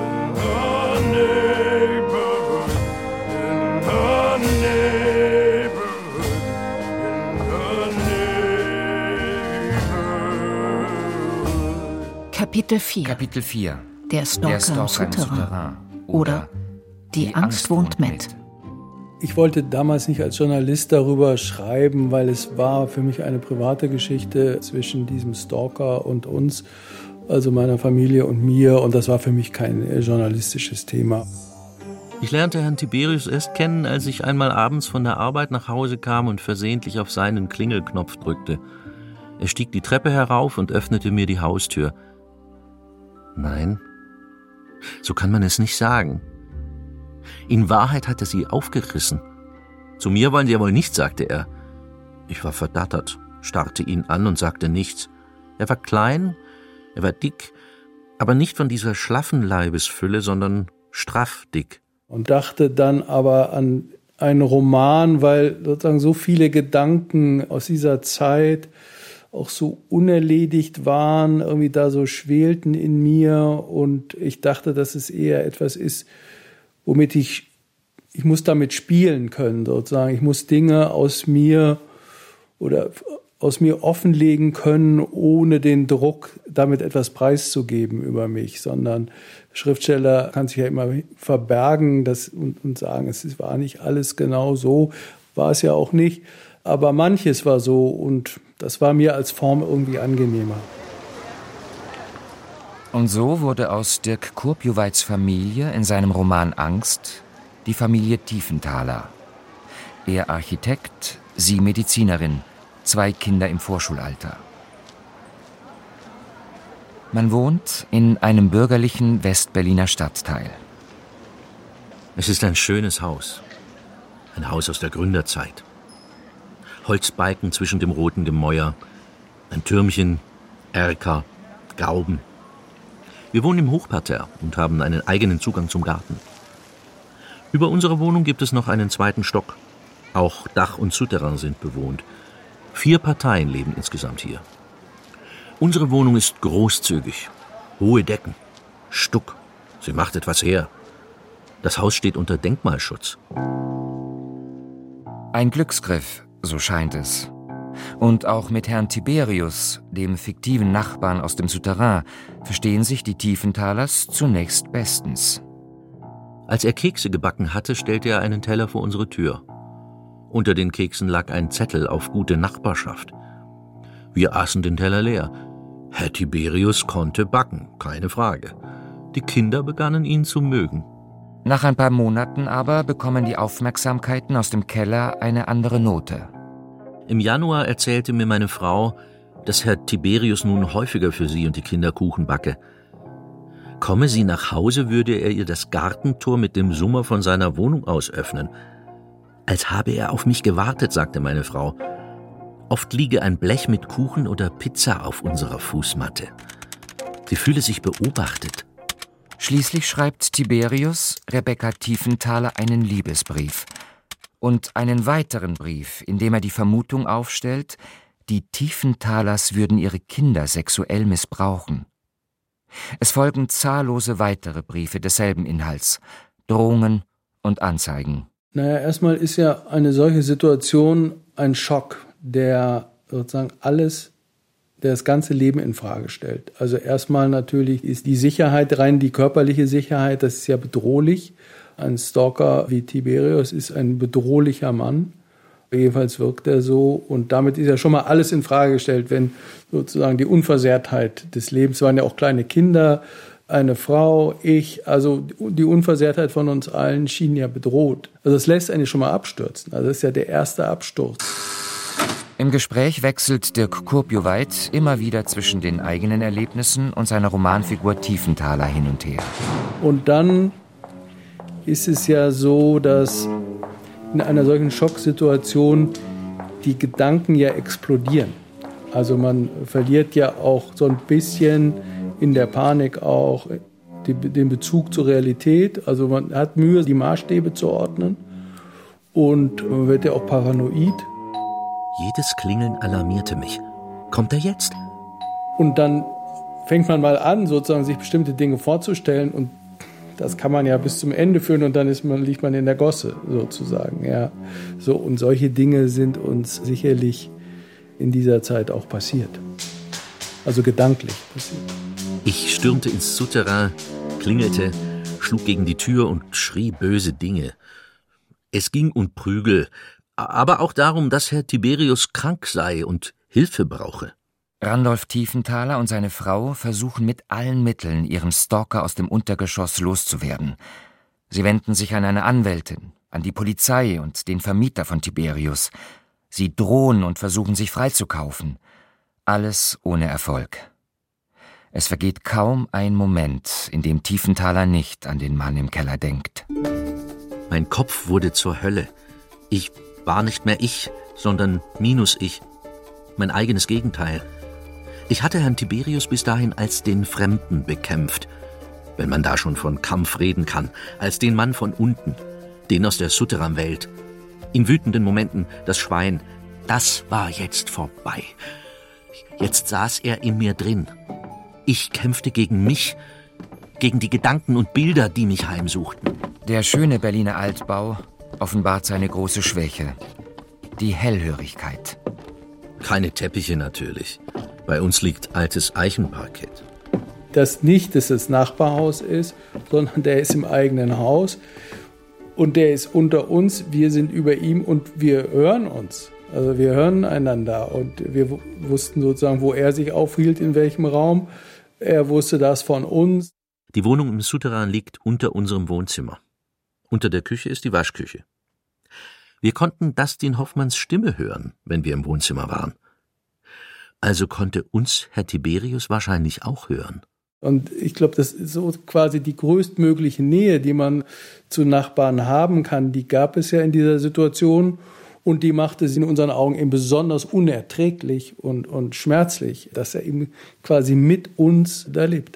Kapitel 4. Der Stalker im Souterrain. Oder Die Angst wohnt mit. Ich wollte damals nicht als Journalist darüber schreiben, weil es war für mich eine private Geschichte zwischen diesem Stalker und uns, also meiner Familie und mir. Und das war für mich kein journalistisches Thema. Ich lernte Herrn Tiberius erst kennen, als ich einmal abends von der Arbeit nach Hause kam und versehentlich auf seinen Klingelknopf drückte. Er stieg die Treppe herauf und öffnete mir die Haustür. Nein, so kann man es nicht sagen. In Wahrheit hat er sie aufgerissen. Zu mir wollen Sie ja wohl nichts, sagte er. Ich war verdattert, starrte ihn an und sagte nichts. Er war klein, er war dick, aber nicht von dieser schlaffen Leibesfülle, sondern straff dick. Und dachte dann aber an einen Roman, weil sozusagen so viele Gedanken aus dieser Zeit auch so unerledigt waren, irgendwie da so schwelten in mir. Und ich dachte, dass es eher etwas ist, womit ich muss damit spielen können, sozusagen. Ich muss Dinge aus mir offenlegen können, ohne den Druck, damit etwas preiszugeben über mich, sondern Schriftsteller kann sich ja immer verbergen und sagen, es war nicht alles genau so, war es ja auch nicht, aber manches war so und das war mir als Form irgendwie angenehmer. Und so wurde aus Dirk Kurbjuweits Familie in seinem Roman Angst die Familie Tiefenthaler. Er Architekt, sie Medizinerin, 2 Kinder im Vorschulalter. Man wohnt in einem bürgerlichen Westberliner Stadtteil. Es ist ein schönes Haus. Ein Haus aus der Gründerzeit. Holzbalken zwischen dem roten Gemäuer, ein Türmchen, Erker, Gauben. Wir wohnen im Hochparterre und haben einen eigenen Zugang zum Garten. Über unsere Wohnung gibt es noch einen 2. Stock. Auch Dach und Souterrain sind bewohnt. 4 Parteien leben insgesamt hier. Unsere Wohnung ist großzügig. Hohe Decken, Stuck. Sie macht etwas her. Das Haus steht unter Denkmalschutz. Ein Glücksgriff, so scheint es. Und auch mit Herrn Tiberius, dem fiktiven Nachbarn aus dem Souterrain, verstehen sich die Tiefenthalers zunächst bestens. Als er Kekse gebacken hatte, stellte er einen Teller vor unsere Tür. Unter den Keksen lag ein Zettel auf gute Nachbarschaft. Wir aßen den Teller leer. Herr Tiberius konnte backen, keine Frage. Die Kinder begannen ihn zu mögen. Nach ein paar Monaten aber bekommen die Aufmerksamkeiten aus dem Keller eine andere Note. Im Januar erzählte mir meine Frau, dass Herr Tiberius nun häufiger für sie und die Kinder Kuchen backe. Komme sie nach Hause, würde er ihr das Gartentor mit dem Summer von seiner Wohnung aus öffnen. Als habe er auf mich gewartet, sagte meine Frau. Oft liege ein Blech mit Kuchen oder Pizza auf unserer Fußmatte. Sie fühle sich beobachtet. Schließlich schreibt Tiberius Rebecca Tiefenthaler einen Liebesbrief und einen weiteren Brief, in dem er die Vermutung aufstellt, die Tiefenthalers würden ihre Kinder sexuell missbrauchen. Es folgen zahllose weitere Briefe desselben Inhalts, Drohungen und Anzeigen. Naja, erstmal ist ja eine solche Situation ein Schock, der sozusagen das ganze Leben in Frage stellt. Also erstmal natürlich ist die Sicherheit, rein die körperliche Sicherheit, das ist ja bedrohlich. Ein Stalker wie Tiberius ist ein bedrohlicher Mann. Jedenfalls wirkt er so. Und damit ist ja schon mal alles in Frage gestellt, wenn sozusagen die Unversehrtheit des Lebens, waren ja auch kleine Kinder, eine Frau, ich, also die Unversehrtheit von uns allen schien ja bedroht. Also das lässt einen schon mal abstürzen. Also das ist ja der erste Absturz. Im Gespräch wechselt Dirk Kurbjuweit immer wieder zwischen den eigenen Erlebnissen und seiner Romanfigur Tiefenthaler hin und her. Und dann ist es ja so, dass in einer solchen Schocksituation die Gedanken ja explodieren. Also man verliert ja auch so ein bisschen in der Panik auch den Bezug zur Realität. Also man hat Mühe, die Maßstäbe zu ordnen und man wird ja auch paranoid. Jedes Klingeln alarmierte mich. Kommt er jetzt? Und dann fängt man mal an, sozusagen sich bestimmte Dinge vorzustellen und das kann man ja bis zum Ende führen und dann liegt man in der Gosse sozusagen. Ja. So, und solche Dinge sind uns sicherlich in dieser Zeit auch passiert. Also gedanklich passiert. Ich stürmte ins Souterrain, klingelte, schlug gegen die Tür und schrie böse Dinge. Es ging um Prügel, aber auch darum, dass Herr Tiberius krank sei und Hilfe brauche. Randolph Tiefenthaler und seine Frau versuchen mit allen Mitteln, ihren Stalker aus dem Untergeschoss loszuwerden. Sie wenden sich an eine Anwältin, an die Polizei und den Vermieter von Tiberius. Sie drohen und versuchen, sich freizukaufen. Alles ohne Erfolg. Es vergeht kaum ein Moment, in dem Tiefenthaler nicht an den Mann im Keller denkt. Mein Kopf wurde zur Hölle. Ich war nicht mehr ich, sondern minus ich. Mein eigenes Gegenteil. Ich hatte Herrn Tiberius bis dahin als den Fremden bekämpft, wenn man da schon von Kampf reden kann, als den Mann von unten, den aus der Souterrain-Welt. In wütenden Momenten das Schwein. Das war jetzt vorbei. Jetzt saß er in mir drin. Ich kämpfte gegen mich, gegen die Gedanken und Bilder, die mich heimsuchten. Der schöne Berliner Altbau offenbart seine große Schwäche. Die Hellhörigkeit. Keine Teppiche natürlich. Bei uns liegt altes Eichenparkett. Das nicht, dass das Nachbarhaus ist, sondern der ist im eigenen Haus und der ist unter uns, wir sind über ihm und wir hören uns. Also wir hören einander und wir wussten sozusagen, wo er sich aufhielt, in welchem Raum. Er wusste das von uns. Die Wohnung im Souterrain liegt unter unserem Wohnzimmer. Unter der Küche ist die Waschküche. Wir konnten Dustin Hoffmanns Stimme hören, wenn wir im Wohnzimmer waren. Also konnte uns Herr Tiberius wahrscheinlich auch hören. Und ich glaube, das ist so quasi die größtmögliche Nähe, die man zu Nachbarn haben kann. Die gab es ja in dieser Situation und die machte sie in unseren Augen eben besonders unerträglich und schmerzlich, dass er eben quasi mit uns da lebt.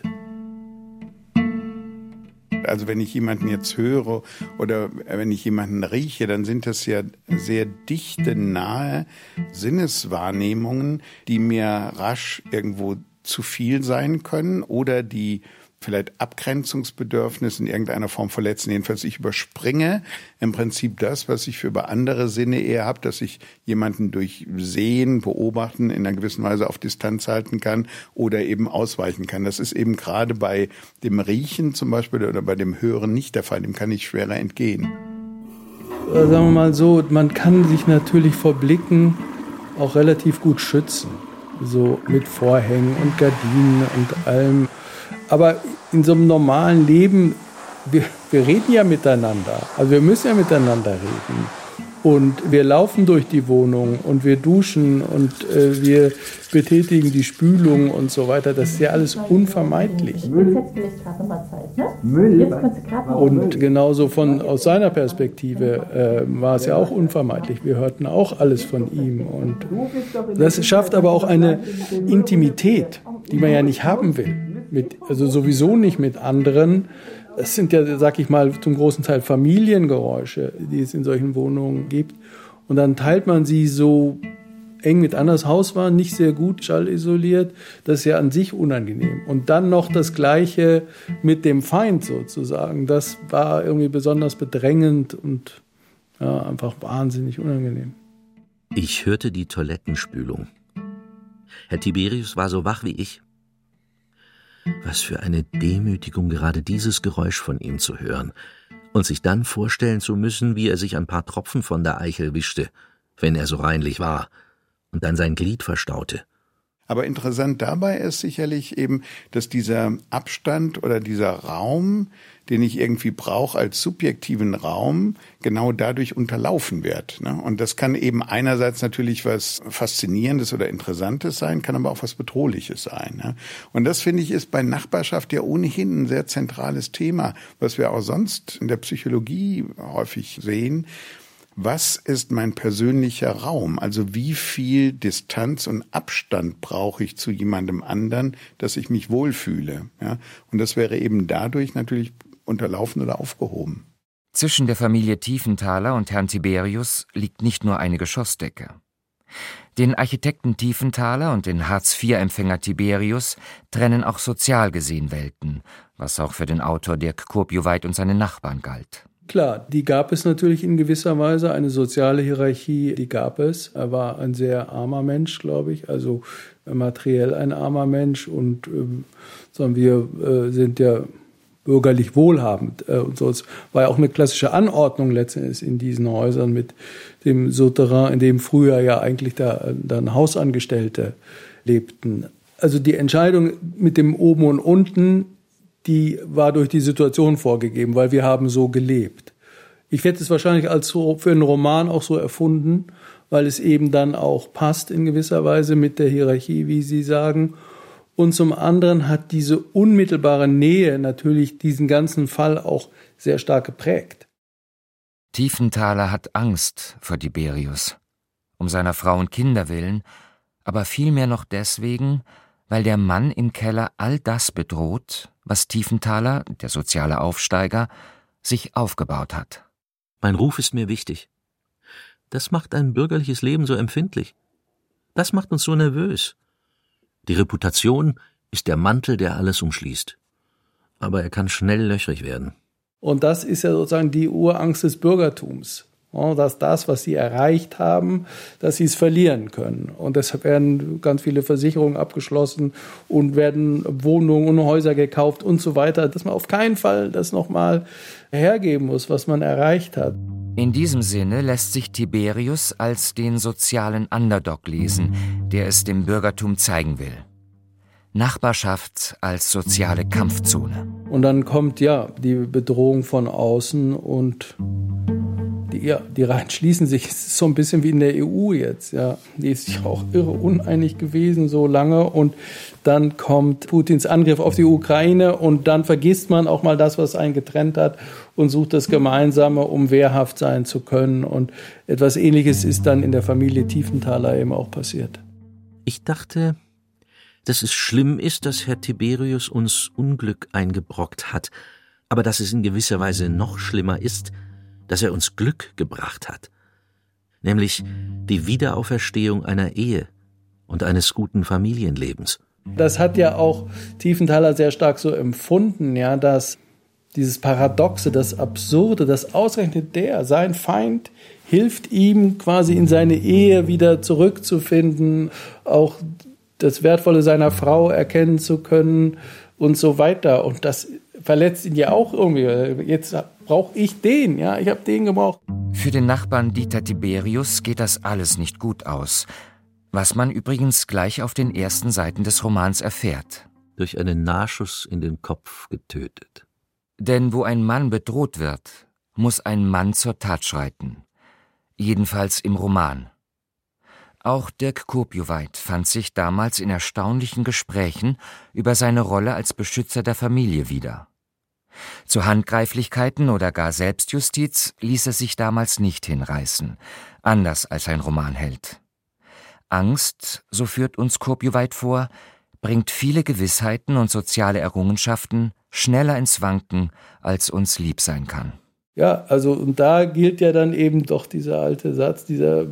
Also wenn ich jemanden jetzt höre oder wenn ich jemanden rieche, dann sind das ja sehr dichte, nahe Sinneswahrnehmungen, die mir rasch irgendwo zu viel sein können oder die vielleicht Abgrenzungsbedürfnis in irgendeiner Form verletzen. Jedenfalls, ich überspringe im Prinzip das, was ich für über andere Sinne eher habe, dass ich jemanden durch Sehen, Beobachten in einer gewissen Weise auf Distanz halten kann oder eben ausweichen kann. Das ist eben gerade bei dem Riechen zum Beispiel oder bei dem Hören nicht der Fall. Dem kann ich schwerer entgehen. Sagen wir mal so, man kann sich natürlich vor Blicken auch relativ gut schützen. So mit Vorhängen und Gardinen und allem. Aber in so einem normalen Leben, wir reden ja miteinander. Also wir müssen ja miteinander reden. Und wir laufen durch die Wohnung und wir duschen und wir betätigen die Spülung und so weiter. Das ist ja alles unvermeidlich. Und genauso aus seiner Perspektive war es ja auch unvermeidlich. Wir hörten auch alles von ihm. Und das schafft aber auch eine Intimität, die man ja nicht haben will. Also sowieso nicht mit anderen. Es sind ja, sag ich mal, zum großen Teil Familiengeräusche, die es in solchen Wohnungen gibt. Und dann teilt man sie so eng mit an. Das Haus war nicht sehr gut schallisoliert. Das ist ja an sich unangenehm. Und dann noch das Gleiche mit dem Feind sozusagen. Das war irgendwie besonders bedrängend und ja, einfach wahnsinnig unangenehm. Ich hörte die Toilettenspülung. Herr Tiberius war so wach wie ich. Was für eine Demütigung, gerade dieses Geräusch von ihm zu hören und sich dann vorstellen zu müssen, wie er sich ein paar Tropfen von der Eichel wischte, wenn er so reinlich war, und dann sein Glied verstaute. Aber interessant dabei ist sicherlich eben, dass dieser Abstand oder dieser Raum, den ich irgendwie brauche als subjektiven Raum, genau dadurch unterlaufen wird. Und das kann eben einerseits natürlich was Faszinierendes oder Interessantes sein, kann aber auch was Bedrohliches sein. Und das, finde ich, ist bei Nachbarschaft ja ohnehin ein sehr zentrales Thema, was wir auch sonst in der Psychologie häufig sehen. Was ist mein persönlicher Raum? Also wie viel Distanz und Abstand brauche ich zu jemandem anderen, dass ich mich wohlfühle? Ja? Und das wäre eben dadurch natürlich unterlaufen oder aufgehoben. Zwischen der Familie Tiefenthaler und Herrn Tiberius liegt nicht nur eine Geschossdecke. Den Architekten Tiefenthaler und den Hartz-IV-Empfänger Tiberius trennen auch sozial gesehen Welten, was auch für den Autor Dirk Kurbjuweit und seine Nachbarn galt. Klar, die gab es natürlich in gewisser Weise, eine soziale Hierarchie, die gab es. Er war ein sehr armer Mensch, glaube ich, also materiell ein armer Mensch und wir sind ja bürgerlich wohlhabend und so. Es war ja auch eine klassische Anordnung letztendlich in diesen Häusern mit dem Souterrain, in dem früher ja eigentlich dann Hausangestellte lebten. Also die Entscheidung mit dem Oben und Unten, die war durch die Situation vorgegeben, weil wir haben so gelebt. Ich werde es wahrscheinlich als so für einen Roman auch so erfunden, weil es eben dann auch passt in gewisser Weise mit der Hierarchie, wie Sie sagen. Und zum anderen hat diese unmittelbare Nähe natürlich diesen ganzen Fall auch sehr stark geprägt. Tiefenthaler hat Angst vor Tiberius, um seiner Frau und Kinder willen, aber vielmehr noch deswegen, weil der Mann im Keller all das bedroht, was Tiefenthaler, der soziale Aufsteiger, sich aufgebaut hat. Mein Ruf ist mir wichtig. Das macht ein bürgerliches Leben so empfindlich. Das macht uns so nervös. Die Reputation ist der Mantel, der alles umschließt. Aber er kann schnell löchrig werden. Und das ist ja sozusagen die Urangst des Bürgertums. Dass das, was sie erreicht haben, dass sie es verlieren können. Und deshalb werden ganz viele Versicherungen abgeschlossen und werden Wohnungen und Häuser gekauft und so weiter, dass man auf keinen Fall das nochmal hergeben muss, was man erreicht hat. In diesem Sinne lässt sich Tiberius als den sozialen Underdog lesen, der es dem Bürgertum zeigen will. Nachbarschaft als soziale Kampfzone. Und dann kommt ja die Bedrohung von außen und die Reihen schließen sich. Es ist so ein bisschen wie in der EU jetzt. Ja. Die ist sich auch irre uneinig gewesen so lange. Und dann kommt Putins Angriff auf die Ukraine und dann vergisst man auch mal das, was einen getrennt hat und sucht das Gemeinsame, um wehrhaft sein zu können. Und etwas Ähnliches ist dann in der Familie Tiefenthaler eben auch passiert. Ich dachte, dass es schlimm ist, dass Herr Tiberius uns Unglück eingebrockt hat, aber dass es in gewisser Weise noch schlimmer ist, dass er uns Glück gebracht hat, nämlich die Wiederauferstehung einer Ehe und eines guten Familienlebens. Das hat ja auch Tiefenthaler sehr stark so empfunden, ja, dass dieses Paradoxe, das Absurde, dass ausgerechnet sein Feind, hilft ihm quasi in seine Ehe wieder zurückzufinden, auch das Wertvolle seiner Frau erkennen zu können und so weiter. Und das verletzt ihn ja auch irgendwie. Jetzt brauche ich den, ja, ich habe den gebraucht. Für den Nachbarn Dieter Tiberius geht das alles nicht gut aus, was man übrigens gleich auf den ersten Seiten des Romans erfährt. Durch einen Nahschuss in den Kopf getötet. Denn wo ein Mann bedroht wird, muss ein Mann zur Tat schreiten. Jedenfalls im Roman. Auch Dirk Kurbjuweit fand sich damals in erstaunlichen Gesprächen über seine Rolle als Beschützer der Familie wieder. Zu Handgreiflichkeiten oder gar Selbstjustiz ließ er sich damals nicht hinreißen, anders als ein Romanheld. Angst, so führt uns Kurbjuweit vor, bringt viele Gewissheiten und soziale Errungenschaften schneller ins Wanken, als uns lieb sein kann. Ja, also und da gilt ja dann eben doch dieser alte Satz, dieser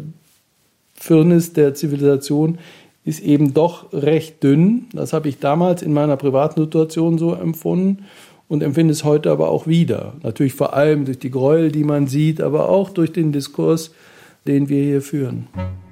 Firnis der Zivilisation ist eben doch recht dünn. Das habe ich damals in meiner privaten Situation so empfunden und empfinde es heute aber auch wieder. Natürlich vor allem durch die Gräuel, die man sieht, aber auch durch den Diskurs, den wir hier führen.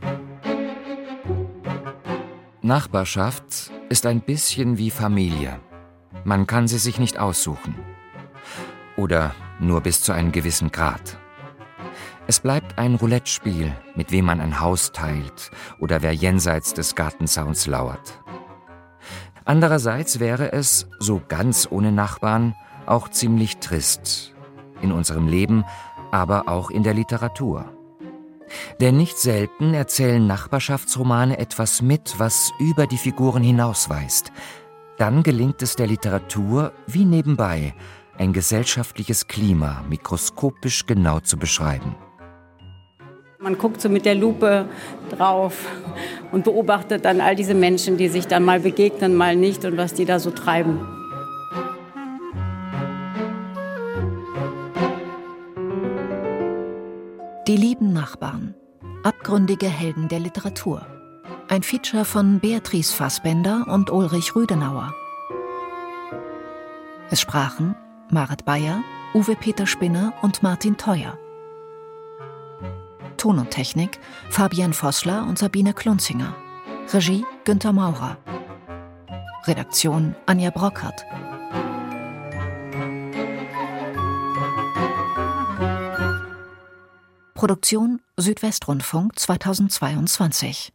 Nachbarschaft ist ein bisschen wie Familie. Man kann sie sich nicht aussuchen. Oder nur bis zu einem gewissen Grad. Es bleibt ein Roulette-Spiel, mit wem man ein Haus teilt oder wer jenseits des Gartenzauns lauert. Andererseits wäre es, so ganz ohne Nachbarn, auch ziemlich trist. In unserem Leben, aber auch in der Literatur. Denn nicht selten erzählen Nachbarschaftsromane etwas mit, was über die Figuren hinausweist. Dann gelingt es der Literatur, wie nebenbei, ein gesellschaftliches Klima mikroskopisch genau zu beschreiben. Man guckt so mit der Lupe drauf und beobachtet dann all diese Menschen, die sich dann mal begegnen, mal nicht und was die da so treiben. Die lieben Nachbarn. Abgründige Helden der Literatur. Ein Feature von Beatrice Fassbender und Ulrich Rüdenauer. Es sprachen Marit Beyer, Uwe Peter Spinner und Martin Theuer. Ton und Technik Fabian Vossler und Sabine Klunzinger. Regie Günther Maurer. Redaktion Anja Brockert. Produktion Südwestrundfunk 2022